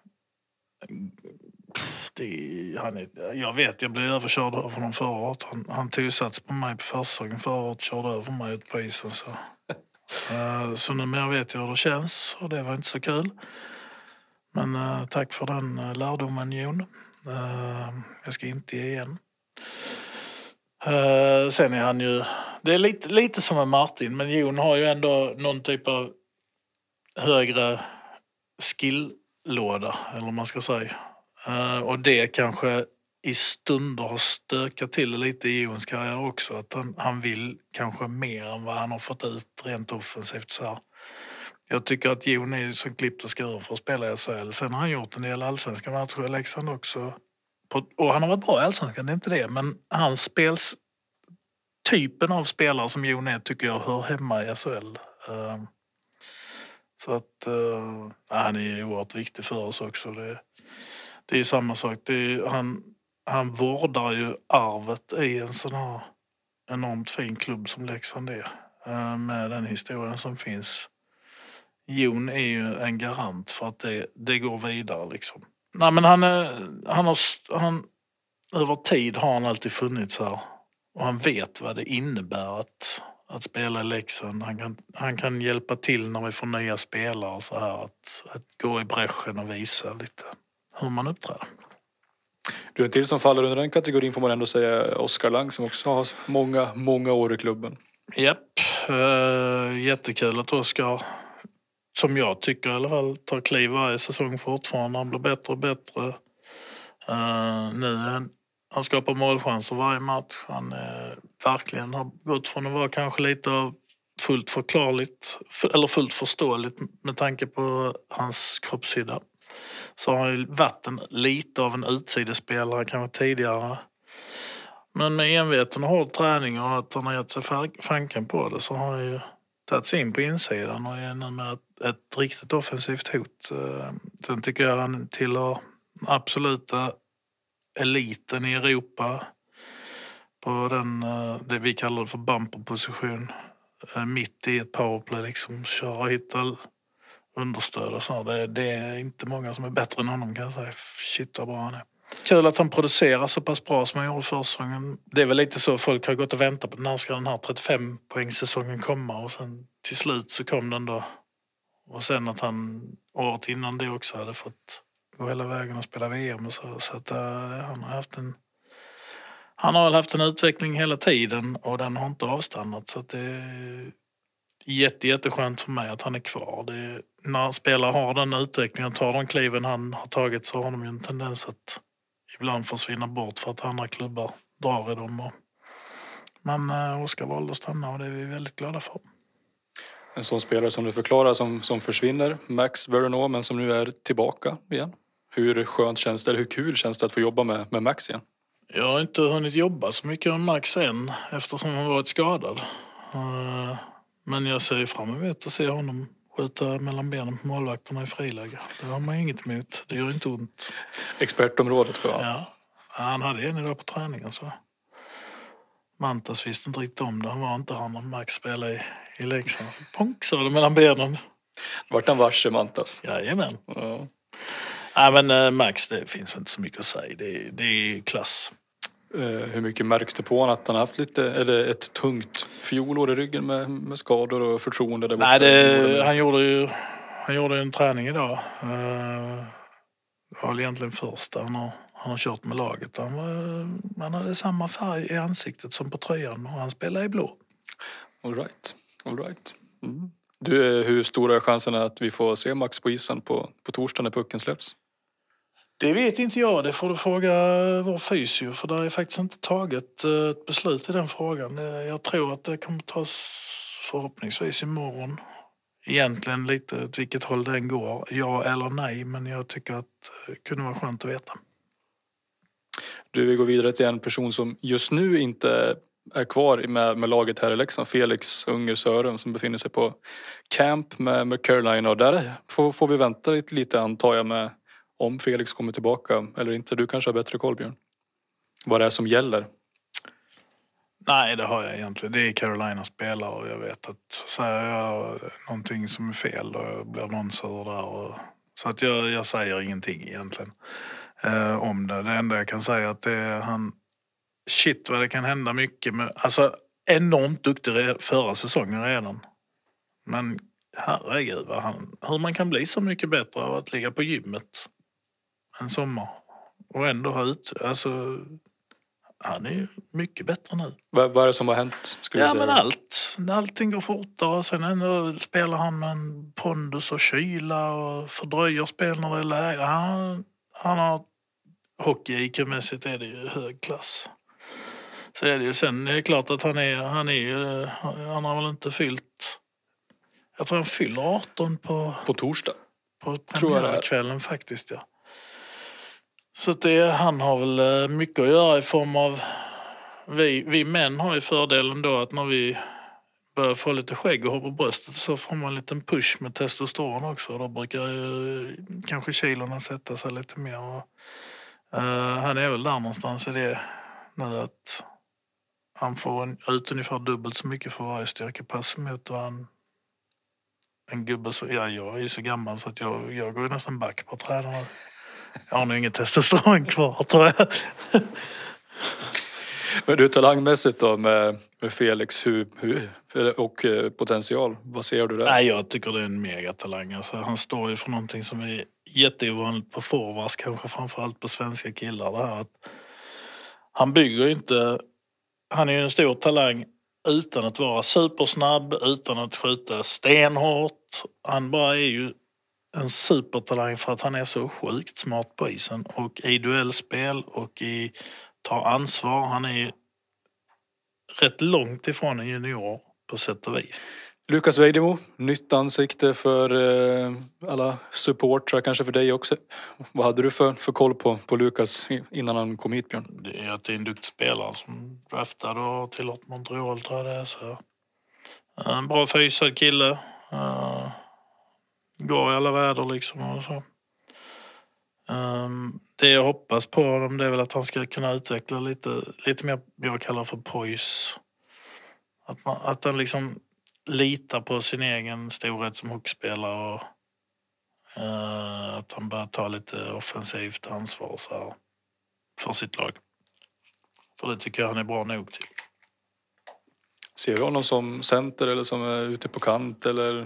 det, han är, jag vet, jag blev överkörd av honom förra året. Han, han tog sats på mig på försäsongen förra året, körde över mig ut på isen. Så, uh, så numera vet jag hur det känns och det var inte så kul. Men uh, tack för den uh, lärdomen, Jon. Uh, jag ska inte ge igen. Uh, sen är han ju... Det är lite, lite som en Martin, men Jon har ju ändå någon typ av högre skilllåda, eller vad man ska säga. Uh, och det kanske i stunder har stökat till lite i Jons karriär också. Att han, han vill kanske mer än vad han har fått ut rent offensivt så här. Jag tycker att Jon är som klippt och skuren för att spela i S H L. Sen har han gjort en del allsvenska matcher i Leksand också. På, och han har varit bra i allsvenskan, det är inte det. Men hans spels... Typen av spelare som Jon är tycker jag hör hemma i S H L. Uh, så att uh, han är ju oerhört viktig för oss också. Det, det är samma sak. Det är, han, han vårdar ju arvet i en sån här enormt fin klubb som Leksand är. Uh, med den historien som finns. Jon är ju en garant för att det, det går vidare liksom. Nej, men han, är, han har... Han, över tid har han alltid funnits här. Och han vet vad det innebär att, att spela i Leksand. Han kan, han kan hjälpa till när vi får nya spelare och så här. Att, att gå i bräschen och visa lite hur man uppträder. Du är till som faller under den kategorin får man ändå säga Oskar Lang som också har många, många år i klubben. Japp, uh, jättekul att Oskar, som jag tycker i alla fall, tar kliv varje säsong fortfarande. Han blir bättre och bättre. Uh, nu är Han skapar målchanser varje match. Han eh, verkligen har gått från att vara kanske lite av fullt förklarligt eller fullt förståeligt med tanke på hans kroppshydda. Så har han ju varit en, lite av en utsidespelare kanske tidigare. Men med enveten och hård träning och att han har gett sig fanken på det så har han ju tagit sig in på insidan och är nu med ett, ett riktigt offensivt hot. Sen tycker jag han tillhör absoluta eliten i Europa på den, det vi kallar för bumperposition. Mitt i ett powerplay liksom, köra och hitta understöd och så. Det, det är inte många som är bättre än honom, kan jag säga. Shit vad bra han är. Kul att han producerar så pass bra som han gjorde förra säsongen. Det är väl lite så folk har gått och väntat på när ska den här trettiofem poängsäsongen komma, och sen till slut så kom den då. Och sen att han året innan det också hade fått gå hela vägen och spela V M och så. Så att uh, han har haft en han har väl haft en utveckling hela tiden, och den har inte avstannat. Så att det är jätte, jätteskönt för mig att han är kvar. Det är, när spelare har den utvecklingen, tar de kliven han har tagit, så har de ju en tendens att ibland försvinna bort för att andra klubbar drar i dem. Och, men uh, Oskar valde att stanna, och det är vi väldigt glada för. En sån spelare som du förklarar som, som försvinner, Max Veronneau, men som nu är tillbaka igen. Hur skönt känns det, eller hur kul känns det att få jobba med, med Max igen? Jag har inte hunnit jobba så mycket med Max än, eftersom han varit skadad. Uh, men jag ser fram emot att se honom skjuta mellan benen på målvakterna i friläge. Det har man inget emot, det gör inte ont. Expertområdet för honom. Ja, han hade en idag på träningen, så Mantas visste inte riktigt om det. Han var inte han när Max spelade i, i Leksand. Så ponk, så var det mellan benen. Vart han varse Mantas? Jajamän. Ja. Nej, men uh, Max, det finns inte så mycket att säga. Det, det är klass. Uh, hur mycket märks det på honom att han har haft lite, eller ett tungt fjolår i ryggen med, med skador och förtroende där borta? Nej, det, han gjorde ju han gjorde en träning idag. Uh, det var väl egentligen första han har, han har kört med laget. Han, var, han hade samma färg i ansiktet som på tröjan, och han spelade i blå. All right. All right. Mm. Du, hur stora är chanserna att vi får se Max på isen på, på torsdag när pucken släpps? Det vet inte jag. Det får du fråga vår fysio, för det är faktiskt inte taget ett beslut i den frågan. Jag tror att det kommer tas förhoppningsvis imorgon. Egentligen lite åt vilket håll den går. Ja eller nej, men jag tycker att det kunde vara skönt att veta. Du, vi går vidare till en person som just nu inte är kvar med, med laget här i Leksand. Felix Unger Sörum, som befinner sig på camp med, med Carolina. Och där får, får vi vänta lite, lite antar jag med om Felix kommer tillbaka eller inte. Du kanske har bättre koll, Björn. Vad det är som gäller. Nej, det har jag egentligen. Det är Carolina spelare, och jag vet att säger jag någonting som är fel, då blir någon sur där. Och, så att jag, jag säger ingenting egentligen eh, om det. Det enda jag kan säga är att det är han... Shit vad det kan hända mycket. Med, alltså enormt duktig förra säsongen redan. Men herregud vad han, hur man kan bli så mycket bättre av att ligga på gymmet en sommar. Och ändå ha ut, alltså han är ju mycket bättre nu. Vad, vad är det som har hänt? Skulle ja du säga? men allt, allting går fortare. Sen ändå spelar han med en pondus och kyla och fördröjer spel när det är läge. Han, han har hockey-I Q-mässigt är det ju hög klass. Så är det ju. Sen är det klart att han är, han är ju, han har väl inte fyllt, jag tror han fyller arton på, på torsdag. På premiärkvällen faktiskt, ja. Så att det, han har väl mycket att göra i form av, vi, vi män har ju fördelen då att när vi börjar få lite skägg och hår på bröstet så får man en liten push med testosteron också. Då brukar ju kanske kilorna sätta sig lite mer. Och, uh, han är väl där någonstans i det nu att han får en, ut ungefär dubbelt så mycket för varje styrkepass mot vad han, en gubbe så, ja, jag är ju så gammal så att jag, jag går nästan back på träden. Jag har nog inget testosteron kvar, tror jag. Men du, talangmässigt då med, med Felix hur, hur, och potential, vad ser du där? Nej, jag tycker det är en megatalang. Alltså, han står ju för någonting som är jätteovanligt på forwards, kanske framförallt på svenska killar. Det här att han bygger inte, han är ju en stor talang utan att vara supersnabb, utan att skjuta stenhårt. Han bara är ju en supertalang för att han är så sjukt smart på isen och i duellspel och i ta ansvar. Han är rätt långt ifrån en junior på sätt och vis. Lukas Vejdemo, nytt ansikte för eh, alla supportrar, kanske för dig också. Vad hade du för, för koll på, på Lukas innan han kom hit, Björn? Det är att det är en duktig spelare som draftade och tillåt Montreal, tror jag det är. Så. En bra fysad kille. Uh, går i alla väder liksom och så. Um, det jag hoppas på honom det är väl att han ska kunna utveckla lite, lite mer jag kallar för poise. Att, man, att han liksom litar på sin egen storhet som hockeyspelare och uh, att han börjar ta lite offensivt ansvar så här, för sitt lag. För det tycker jag han är bra nog till. Ser du honom som center eller som är ute på kant eller?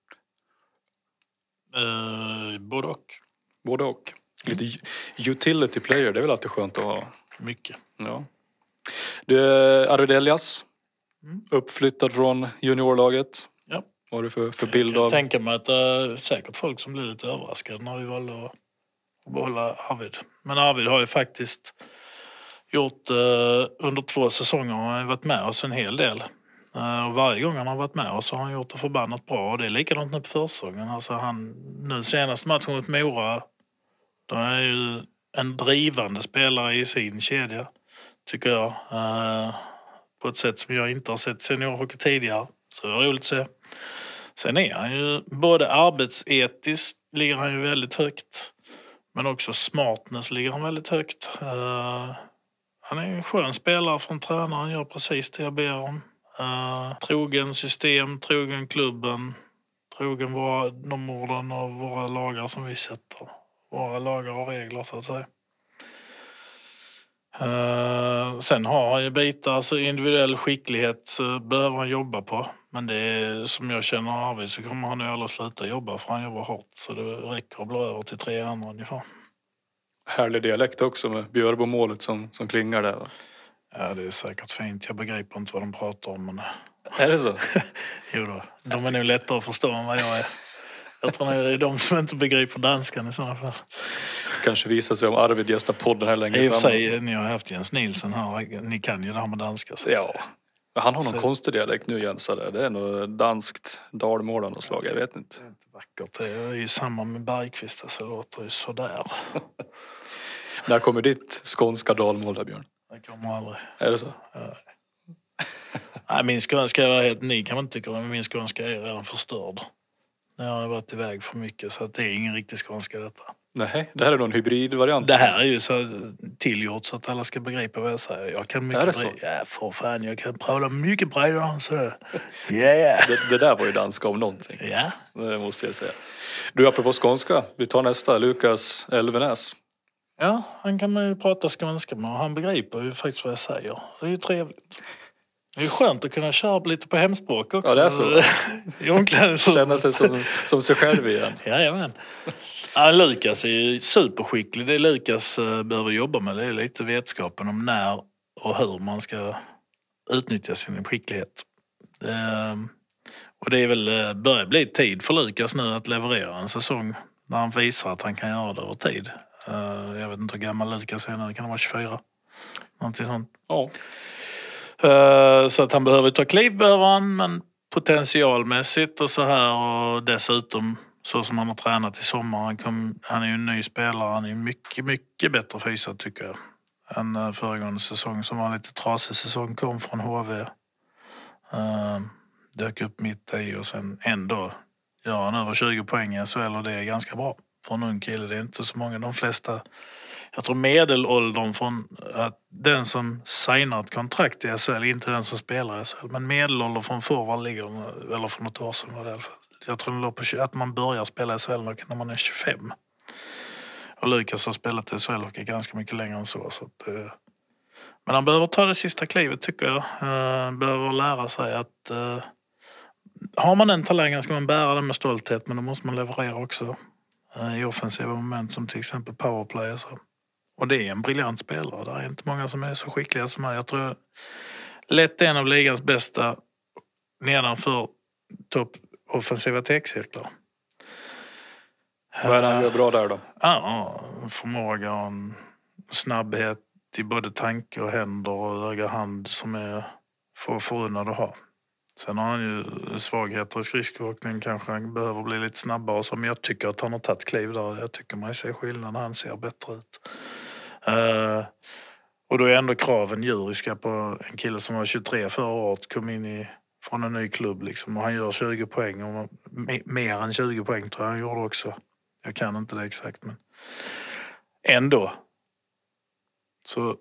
Uh, både och. Både och. Lite utility player, det är väl alltid skönt att ha. Mycket. Ja. Du, Arvid Elias. Mm. Uppflyttad från juniorlaget. Ja. Vad har du för, för bild av? Jag tänker mig att det är säkert folk som blir lite överraskade när vi valde att behålla Arvid. Men Arvid har ju faktiskt gjort uh, under två säsonger har han varit med oss en hel del. Uh, och varje gång han har varit med oss så har han gjort det förbannat bra. Och det är likadant nu på försäsongen. Alltså han, nu senaste matchen mot Mora, då är ju en drivande spelare i sin kedja, tycker jag. Uh, på ett sätt som jag inte har sett seniorhockey tidigare. Så det är roligt att se. Sen är han ju både arbetsetiskt ligger han ju väldigt högt. Men också smartness ligger han väldigt högt. Uh, han är en skön spelare från tränaren. Han gör precis det jag ber om. Uh, trogen system, trogen klubben. Trogen våra, de orden och våra lagar som vi sätter. Våra lagar och regler så att säga. Uh, sen har han ju bitar, alltså individuell skicklighet så behöver han jobba på. Men det är, som jag känner Arvid så kommer han ju aldrig sluta jobba för han jobbar hårt. Så det räcker att bli över till tre andra ungefär. Härlig dialekt också med Björbo-målet som, som klingar där va? Ja, det är säkert fint. Jag begriper inte vad de pratar om. Men... Är det så? Jo då. De är nog lättare att förstå än vad jag är. Jag tror det är de som inte begriper danskan i sådana fall. Kanske visar sig om Arvid gästar podden här längre fram. I och för sig, ni har haft Jens Nilsson här. Ni kan ju det här med danska. Så. Ja. Han har någon så... konstig dialekt nu Jens. Det är nog danskt dalmål av något slag. Jag vet inte. Det är inte vackert. Det är ju samma med Bergqvist. Så det låter ju sådär. När kommer ditt skånska dalmål där, Björn? Det kommer aldrig. Är det så? Ja. Nej, min skånska är helt... Ni kan man inte tycka, men min skånska är redan förstörd. Jag har varit iväg för mycket så att det är ingen riktig skånska detta. Nej, det här är någon hybridvariant. Det här är ju så tillgjort så att alla ska begripa vad jag säger. Jag kan mycket är det så? Bre- ja, för fan, jag kan prata mycket bredare än så. Ja, yeah. det, det där var ju danska om någonting. Ja. Det måste jag säga. Du, apropå skånska, vi tar nästa, Lukas Elvenäs. Ja, han kan man ju prata skånska med och han begriper ju faktiskt vad jag säger. Det är ju trevligt. Det är skönt att kunna köra lite på hemspråk också. Ja, det är så. I omklädningsrummet. Känna sig som, som sig själv igen. Jajamän. Ja, Lukas är ju superskicklig. Det Lukas uh, behöver jobba med det är lite vetskapen om när och hur man ska utnyttja sin skicklighet. Uh, och det är väl uh, börjar bli tid för Lukas nu att leverera en säsong när han visar att han kan göra det över tid. Uh, jag vet inte hur gammal Lukas är nu. Kan det vara tjugofyra? Någonting sånt. Ja. Uh, så att han behöver ta kliv behöver han, men potentialmässigt och så här och dessutom så som han har tränat i sommar. Han, kom, han är ju en ny spelare. Han är mycket, mycket bättre fysad tycker jag. Än uh, föregående säsong som var en lite trasig säsong. Kom från H V. Uh, dök upp mitt i och sen ändå gör han över tjugo poäng i S H L och det är ganska bra. För en ung kille. Det är inte så många. De flesta... Jag tror medelåldern från att den som signar ett kontrakt i S H L, inte den som spelar i S H L, men medelåldern från forward ligger, eller för något år sedan var det i alla fall. Jag tror det låg på att man börjar spela i S H L när man är tjugofem. Och Lukas har spelat i S H L och är ganska mycket längre än så. så att, eh. Men han behöver ta det sista klivet tycker jag. Uh, behöver lära sig att uh, har man en talang ska man bära den med stolthet, men då måste man leverera också uh, i offensiva moment som till exempel powerplay och så. Och det är en briljant spelare. Det är inte många som är så skickliga som han. Jag tror lätt en av ligans bästa nedanför topp offensiva tekcirklar. Vad är det han gör bra där då? Ja, förmåga och en snabbhet i både tanke och händer och höga hand som är för förunnad att ha. Sen har han ju svagheter i skridskoåkning. Kanske han behöver bli lite snabbare. Som jag tycker att han har tagit kliv där. Jag tycker man ser skillnad. Han ser bättre ut. Uh, och då är ändå kraven djuriska på en kille som var tjugotre förra året. Kom in i, från en ny klubb liksom. Och han gör tjugo poäng. Och mer än tjugo poäng tror jag han gjorde också. Jag kan inte det exakt. Men ändå så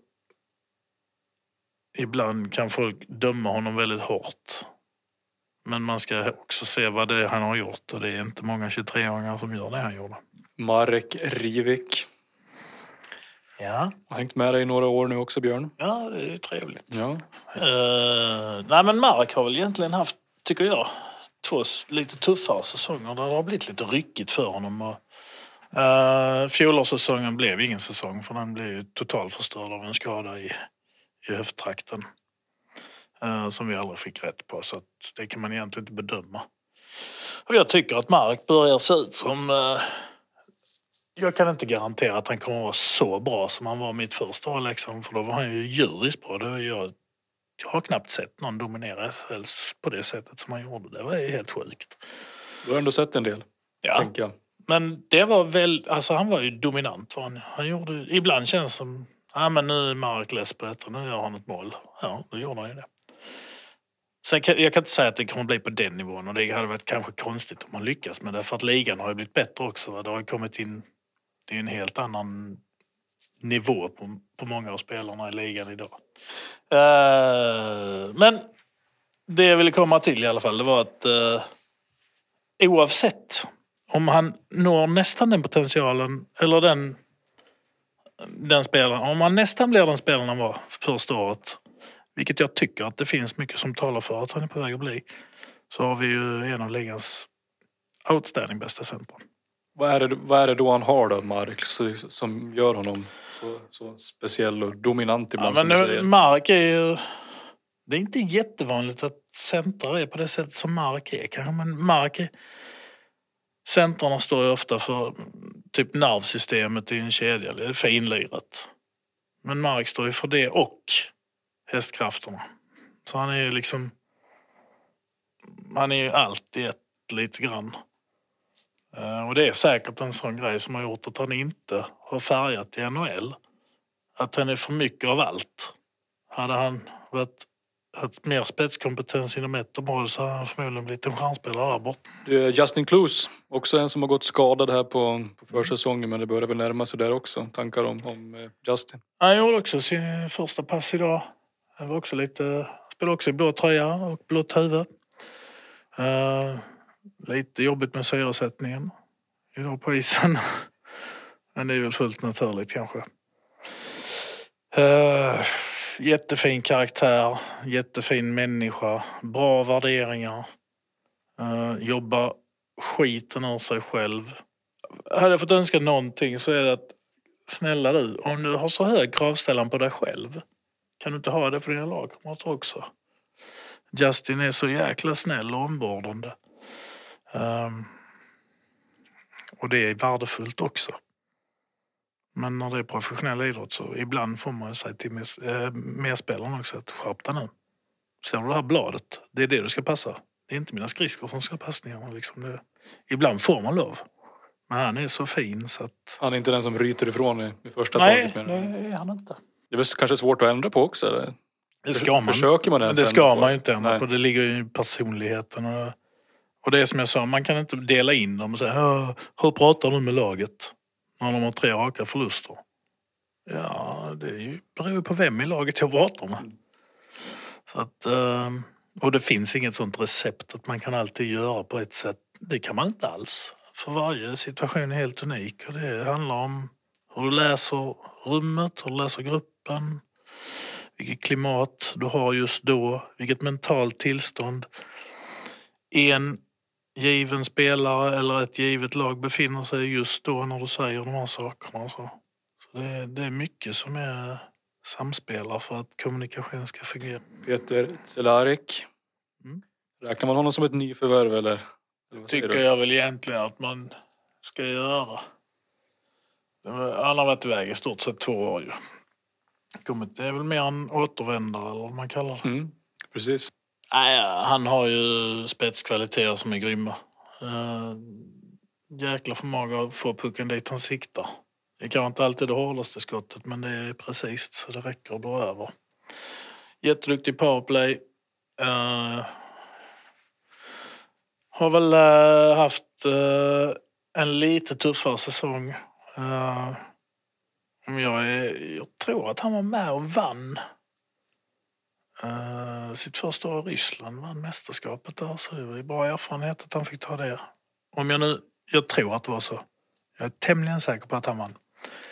ibland kan folk döma honom väldigt hårt. Men man ska också se vad det är han har gjort. Och det är inte många tjugotre-åringar som gör det han gjorde. Marek Rivik. Ja. Har hängt med dig i några år nu också, Björn. Ja, det är trevligt. Ja. Uh, nej, men Marek har väl egentligen haft, tycker jag, två lite tuffare säsonger där det har blivit lite ryckigt för honom. Och, uh, fjolårssäsongen blev ingen säsong, för den blev ju totalt förstörd av en skada i, i höfttrakten. Uh, som vi aldrig fick rätt på, så att det kan man egentligen inte bedöma. Och jag tycker att Marek börjar se ut som... Uh, jag kan inte garantera att han kommer vara så bra som han var mitt första år, liksom, för då var han ju djuriskt bra. Det var jag, jag har knappt sett någon dominera S H L på det sättet som han gjorde. Det var ju helt sjukt. Du har ändå sett en del, ja. tänker jag. Men det var väl... Alltså han var ju dominant. Han, han gjorde... Ibland känns som... Ja, men nu är Marek less på detta. Nu gör han ett mål. Ja, då gjorde han ju det. Sen kan, jag kan inte säga att det kommer bli på den nivån, och det hade varit kanske konstigt om man lyckas med det, för att ligan har ju blivit bättre också. Det har ju kommit in, det är en helt annan nivå på, på många av spelarna i ligan idag. Uh, men det jag ville komma till i alla fall, det var att uh, oavsett om han når nästan den potentialen, eller den den spelaren, om han nästan blir den spelaren han var första året, vilket jag tycker att det finns mycket som talar för att han är på väg att bli, så har vi ju en av ligans outstanding bästa center. Vad är det, vad är det då han har då, Marek, som gör honom så, så speciell och dominant ibland, ja, som men du säger? Marek är ju... Det är inte jättevanligt att centrar är på det sättet som Marek är, kanske, men Marek är... Centrarna står ju ofta för typ nervsystemet i en kedja, det är finlirat. Men Marek står ju för det och hästkrafterna. Så han är ju liksom... Han är ju alltid ett lite grann. Uh, och det är säkert en sån grej som har gjort att han inte har färgat i N H L. Att han är för mycket av allt. Hade han varit haft mer spetskompetens inom ett område, så har han förmodligen blivit en stjärnspelare där bort. Justin Kloos, också en som har gått skadad här på, på försäsongen, men det börjar väl närma sig där också. Tankar om, om Justin? Han gjorde också sin första pass idag. Han var också lite, spelade också i blå tröja och blått huvud. Uh, lite jobbigt med syresättningen idag på isen. Men det är väl fullt naturligt kanske. Uh, jättefin karaktär, jättefin människa, bra värderingar. Uh, jobbar skiten ur sig själv. Hade jag fått önska någonting, så är det att, snälla du, om du har så hög kravställan på dig själv, kan du inte ha det på dina lagkamrater också? Justin är så jäkla snäll och ombordande. Um, och det är värdefullt också. Men när det är professionell idrott, så ibland får man säga till medspelarna också att skärp dig nu. Ser du det här bladet? Det är det du ska passa. Det är inte mina skridskor som ska passningarna. Liksom det. Ibland får man lov. Men han är så fin så att... Han är inte den som ryter ifrån i, i första Nej, taget. Nej, det är han inte. Det är väl kanske svårt att ändra på också, eller? Det ska man. Försöker man det? Men det ska man ju inte ändra Nej. på. Det ligger ju i personligheten. Och, och det är som jag sa, man kan inte dela in dem och säga, hur pratar du med laget när de har tre raka förluster? Ja, det är ju, beror ju på vem i laget jag pratar med. Mm. Så att, och det finns inget sånt recept att man kan alltid göra på ett sätt. Det kan man inte alls. För varje situation är helt unik. Och det handlar om hur du läser rummet, hur du läser gruppen, vilket klimat du har just då, vilket mentalt tillstånd en given spelare eller ett givet lag befinner sig just då när du säger de här sakerna. Så, så det, det är mycket som är samspelar för att kommunikation ska fungera. Peter Cehlarik. Mm. Räknar man honom som ett nyförvärv, eller? eller tycker jag väl egentligen att man ska göra. Han har varit iväg i stort sett två år ju. Kommit, det är väl mer en återvändare eller vad man kallar det. Mm, precis. Nej, han har ju spetskvaliteter som är grymma. Uh, jäkla förmåga att få pucken dit han siktar. Det kan inte alltid det hårdaste skottet, men det är precis så det räcker att dra över. Jätteduktig powerplay. Uh, har väl uh, haft uh, en lite tuffare säsong. Uh, Jag, är, jag tror att han var med och vann uh, sitt första år i Ryssland, vann mästerskapet där, så det var bra erfarenhet att han fick ta det. Om jag nu, jag tror att det var så. Jag är tämligen säker på att han vann.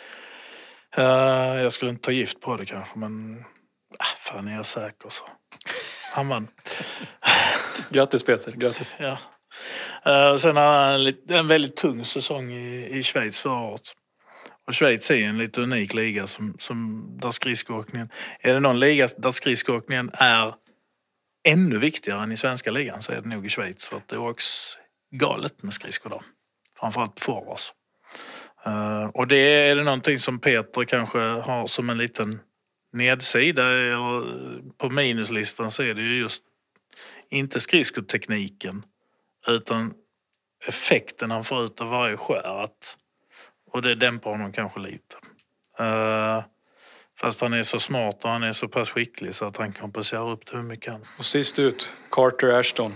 Uh, jag skulle inte ta gift på det kanske, men ah, fan är jag säker så. Han vann. Grattis Peter, grattis. Ja. Uh, sen har han en, en väldigt tung säsong i, i Schweiz förra året. Och Schweiz är en lite unik liga som, som där skridskoåkningen, är det någon liga där skridskoåkningen är ännu viktigare än i svenska ligan, så är det nog i Schweiz. Så att det är också galet med skridskor där. Framförallt forwards. Uh, och det är det någonting som Peter kanske har som en liten nedsida. På minuslistan så är det ju just inte skridskotekniken utan effekten han får ut av varje skär. Att, och det dämpar honom kanske lite. Uh, fast han är så smart och han är så pass skicklig så att han kompenserar upp det hur mycket han. Och sist ut, Carter Ashton.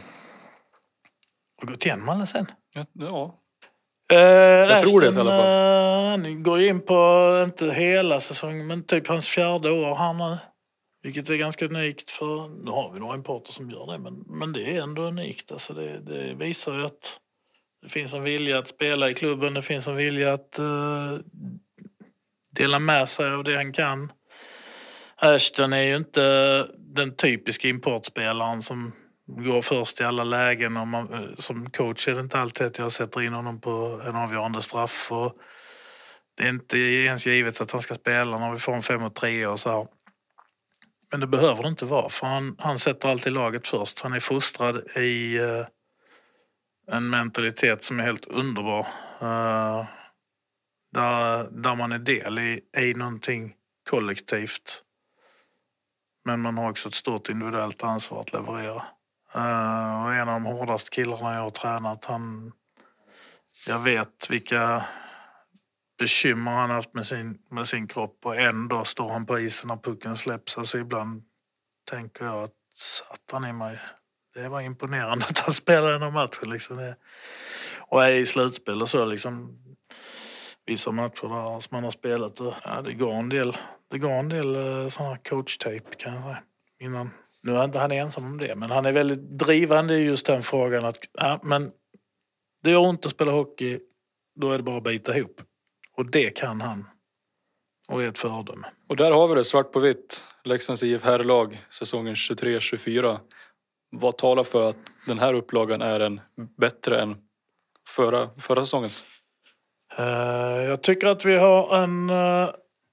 Och gått igenom alla sen. Ja, ja. Uh, jag Ashton, tror det i alla fall. Uh, han går in på, inte hela säsongen, men typ hans fjärde år här nu. Vilket är ganska unikt, för nu har vi några importer som gör det, men, men det är ändå unikt. Alltså det, det visar ju att det finns en vilja att spela i klubben, det finns en vilja att uh, dela med sig av det han kan. Ashton är ju inte den typiska importspelaren som går först i alla lägen. Och man, som coach är det inte alltid att jag sätter in honom på en avgörande straff. Och det är inte ens givet att han ska spela när vi får en fem och tre och så här. Men det behöver det inte vara, för han, han sätter alltid laget först. Han är fostrad i uh, en mentalitet som är helt underbar. Uh, där, där man är del i, i någonting kollektivt. Men man har också ett stort individuellt ansvar att leverera. Uh, och en av de hårdaste killarna jag har tränat, han, jag vet vilka bekymmer han har haft med sin, med sin kropp, och ändå står han på isen när pucken släpps. Alltså ibland tänker jag att satan i mig, det var imponerande att han spelade den här matchen liksom. Det, och är i slutspel och så liksom, vissa matcher där som man har spelat, och ja, det går en del det går en del uh, sån här coach-tape kan jag säga innan. Nu är inte han ensam om det, men han är väldigt drivande i just den frågan att ja, men det gör ont att spela hockey, då är det bara att bita ihop. Och det kan han. Och är ett fördöme. Och där har vi det svart på vitt. Leksands I F herrlag säsongen tjugotre tjugofyra. Vad talar för att den här upplagan är en bättre än förra, förra säsongen? Uh, jag tycker att vi har en uh,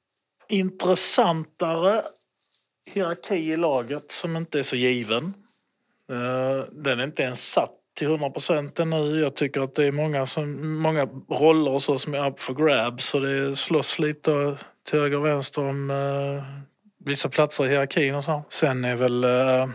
intressantare hierarki i laget som inte är så given. Uh, den är inte ens satt till hundra procent ännu. Jag tycker att det är många, som, många roller och så som är up for grabs, så det slåss lite till höger och vänster om uh, vissa platser i hierarkin och så. Sen är väl uh,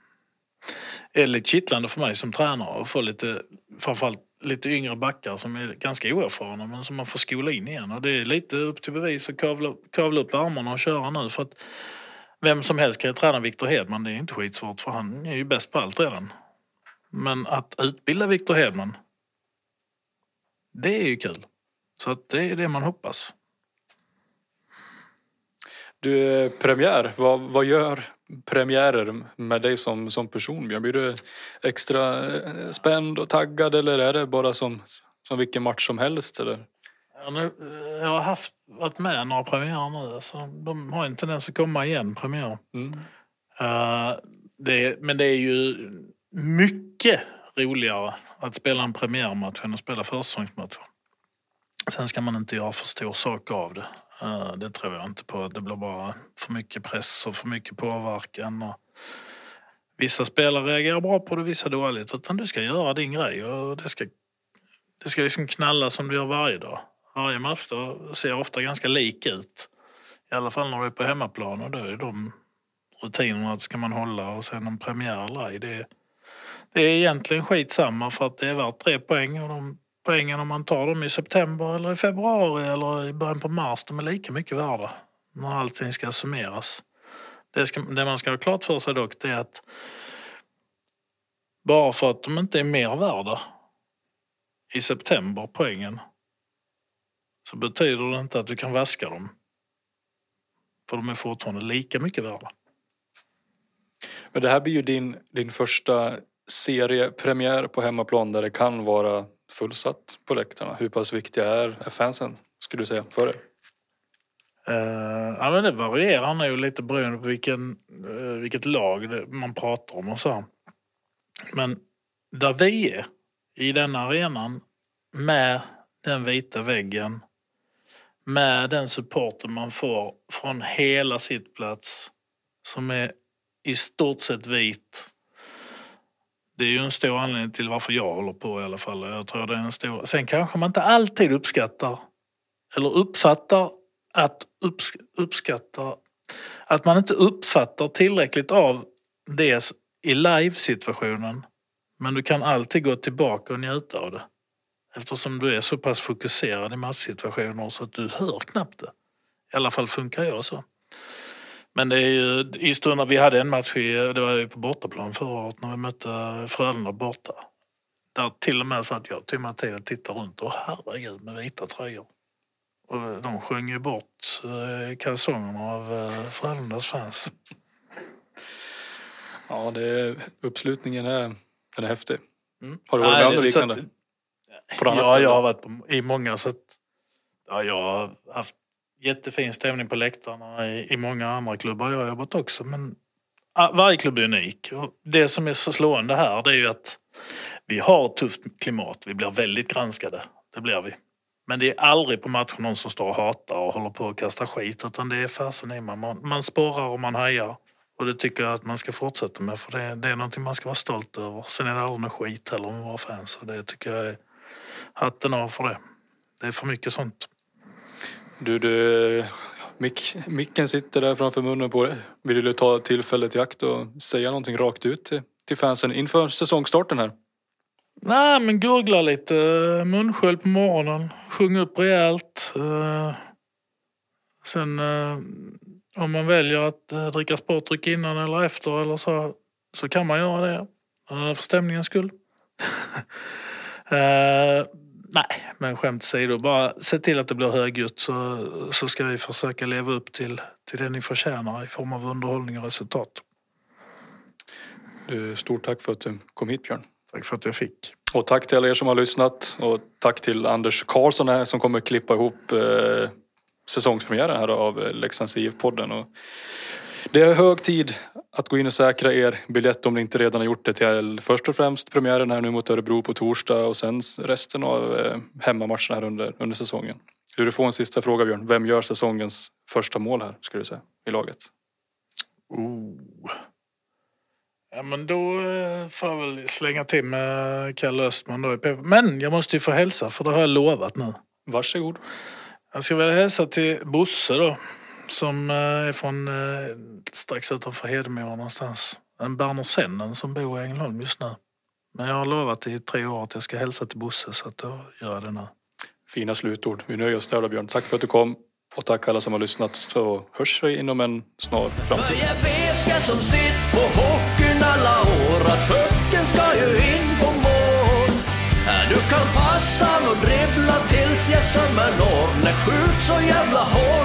är lite kittlande för mig som tränare att få lite, framförallt lite yngre backar som är ganska oerfarna men som man får skola in igen. Och det är lite upp till bevis att kavla, kavla upp armarna och köra nu, för att vem som helst kan träna Victor Hedman, det är inte skitsvårt för han är ju bäst på allt redan. Men att utbilda Victor Hedman, det är ju kul. Så att det är det man hoppas. Du, premiär, vad, vad gör premiärer med dig som, som person? Blir du extra spänd och taggad, eller är det bara som, som vilken match som helst? Eller? Ja, nu, jag har haft, varit med några premiärer nu. Så de har en tendens att komma igen, premiär. Mm. Uh, det, men det är ju mycket roligare att spela en premiärmatch än att spela försäsongsmatch. Sen ska man inte göra för stor sak av det. Uh, det tror jag inte på. Det blir bara för mycket press och för mycket påverkan. Och vissa spelare reagerar bra på det, vissa dåligt. Utan du ska göra din grej och det ska, det ska liksom knalla som du gör varje dag. Varje match då ser ofta ganska lik ut. I alla fall när du är på hemmaplan, och då är de rutinerna ska man hålla, och sen en premiär eller ej. Det, det är egentligen skitsamma, för att det är värt tre poäng, och de poängen om man tar dem i september eller i februari eller i början på mars, de är lika mycket värda när allting ska summeras. Det, ska, det man ska ha klart för sig dock, det är att bara för att de inte är mer värda i september, poängen, så betyder det inte att du kan vaska dem För de är fortfarande lika mycket värda. Men det här blir ju din, din första seriepremiär på hemmaplan där det kan vara fullsatt på läktarna. Hur pass viktiga är, är fansen, skulle du säga, för dig? Uh, ja, men det varierar nu lite beroende på vilken, uh, vilket lag det, man pratar om och så. Men där vi är, i den arenan, med den vita väggen, med den supporten man får från hela sitt plats som är i stort sett vit. Det är ju en stor anledning till varför jag håller på i alla fall. Jag tror det är en stor... Sen kanske man inte alltid uppskattar eller uppfattar att uppsk... uppskatta att man inte uppfattar tillräckligt av det i live-situationen. Men du kan alltid gå tillbaka och njuta av det. Eftersom du är så pass fokuserad i matchsituationer så att du hör knappt det. I alla fall funkar jag så. Men det är ju, i stunden vi hade en match, i, det var ju på bortaplan förra året när vi mötte Frölunda borta. Där till och med så att jag tog mig tid att titta runt och herregud med vita tröjor. Och de sjöng ju bort kalsongerna av Frölundas fans. Ja, det, uppslutningen är, den är häftig. Mm. Har du varit med om det liknande? Att, på ja, jag har varit på, i många sätt. Ja, jag har haft jättefin stämning på läktarna i, i många andra klubbar jag har jobbat också. Men ah, varje klubb är unik. Och det som är så slående här, det är ju att vi har ett tufft klimat. Vi blir väldigt granskade. Det blir vi. Men det är aldrig på matchen någon som står och hatar och håller på att kasta skit. Utan det är fasen i man. Man, man spårar och man höjar. Och det tycker jag att man ska fortsätta med. För det, det är någonting man ska vara stolt över. Sen är det aldrig någon skit heller om att vara fans. Och det tycker jag är hatten av för det. Det är för mycket sånt. Du, du mick, micken sitter där framför munnen på dig. Vill du ta tillfället i akt och säga någonting rakt ut till, till fansen inför säsongstarten här? Nej, men gurgla lite. Munskölj på morgonen. Sjung upp rejält. Sen om man väljer att dricka sportdryck innan eller efter eller så, så kan man göra det. För stämningens skull. Nej, men skämt säger bara se till att det blir högljutt så, så ska vi försöka leva upp till, till det ni förtjänar i form av underhållning och resultat. Du, stort tack för att du kom hit, Björn. Tack för att jag fick. Och tack till alla er som har lyssnat. Och tack till Anders Karlsson här som kommer klippa ihop eh, säsongspremiären här av Leksands I F-podden. Och det är hög tid att gå in och säkra er biljett om ni inte redan har gjort det till först och främst premiären här nu mot Örebro på torsdag och sen resten av eh, hemmamatcherna här under, under säsongen. Du får en sista fråga, Björn. Vem gör säsongens första mål här, skulle du säga, i laget? Oh. Ja, men då får jag väl slänga till med Kalle Östman då. Men jag måste ju få hälsa, för det har jag lovat nu. Varsågod. Jag ska väl hälsa till Bosse då, som är från strax utanför Hedemora någonstans. En Bernersennen som bor i Ängelholm just nu. Men jag har lovat i tre år att jag ska hälsa till Bosse, så att då gör jag det nu. Fina slutord. Vi nöjer oss där då, Björn. Tack för att du kom. Och tack alla som har lyssnat, så hörs vi inom en snar framtid. För jag vet jag som sitt på hockeyn alla år att pucken ska ju in på mål. Du kan passa och dribbla tills jag sömmer når. När skjut så jävla hårt.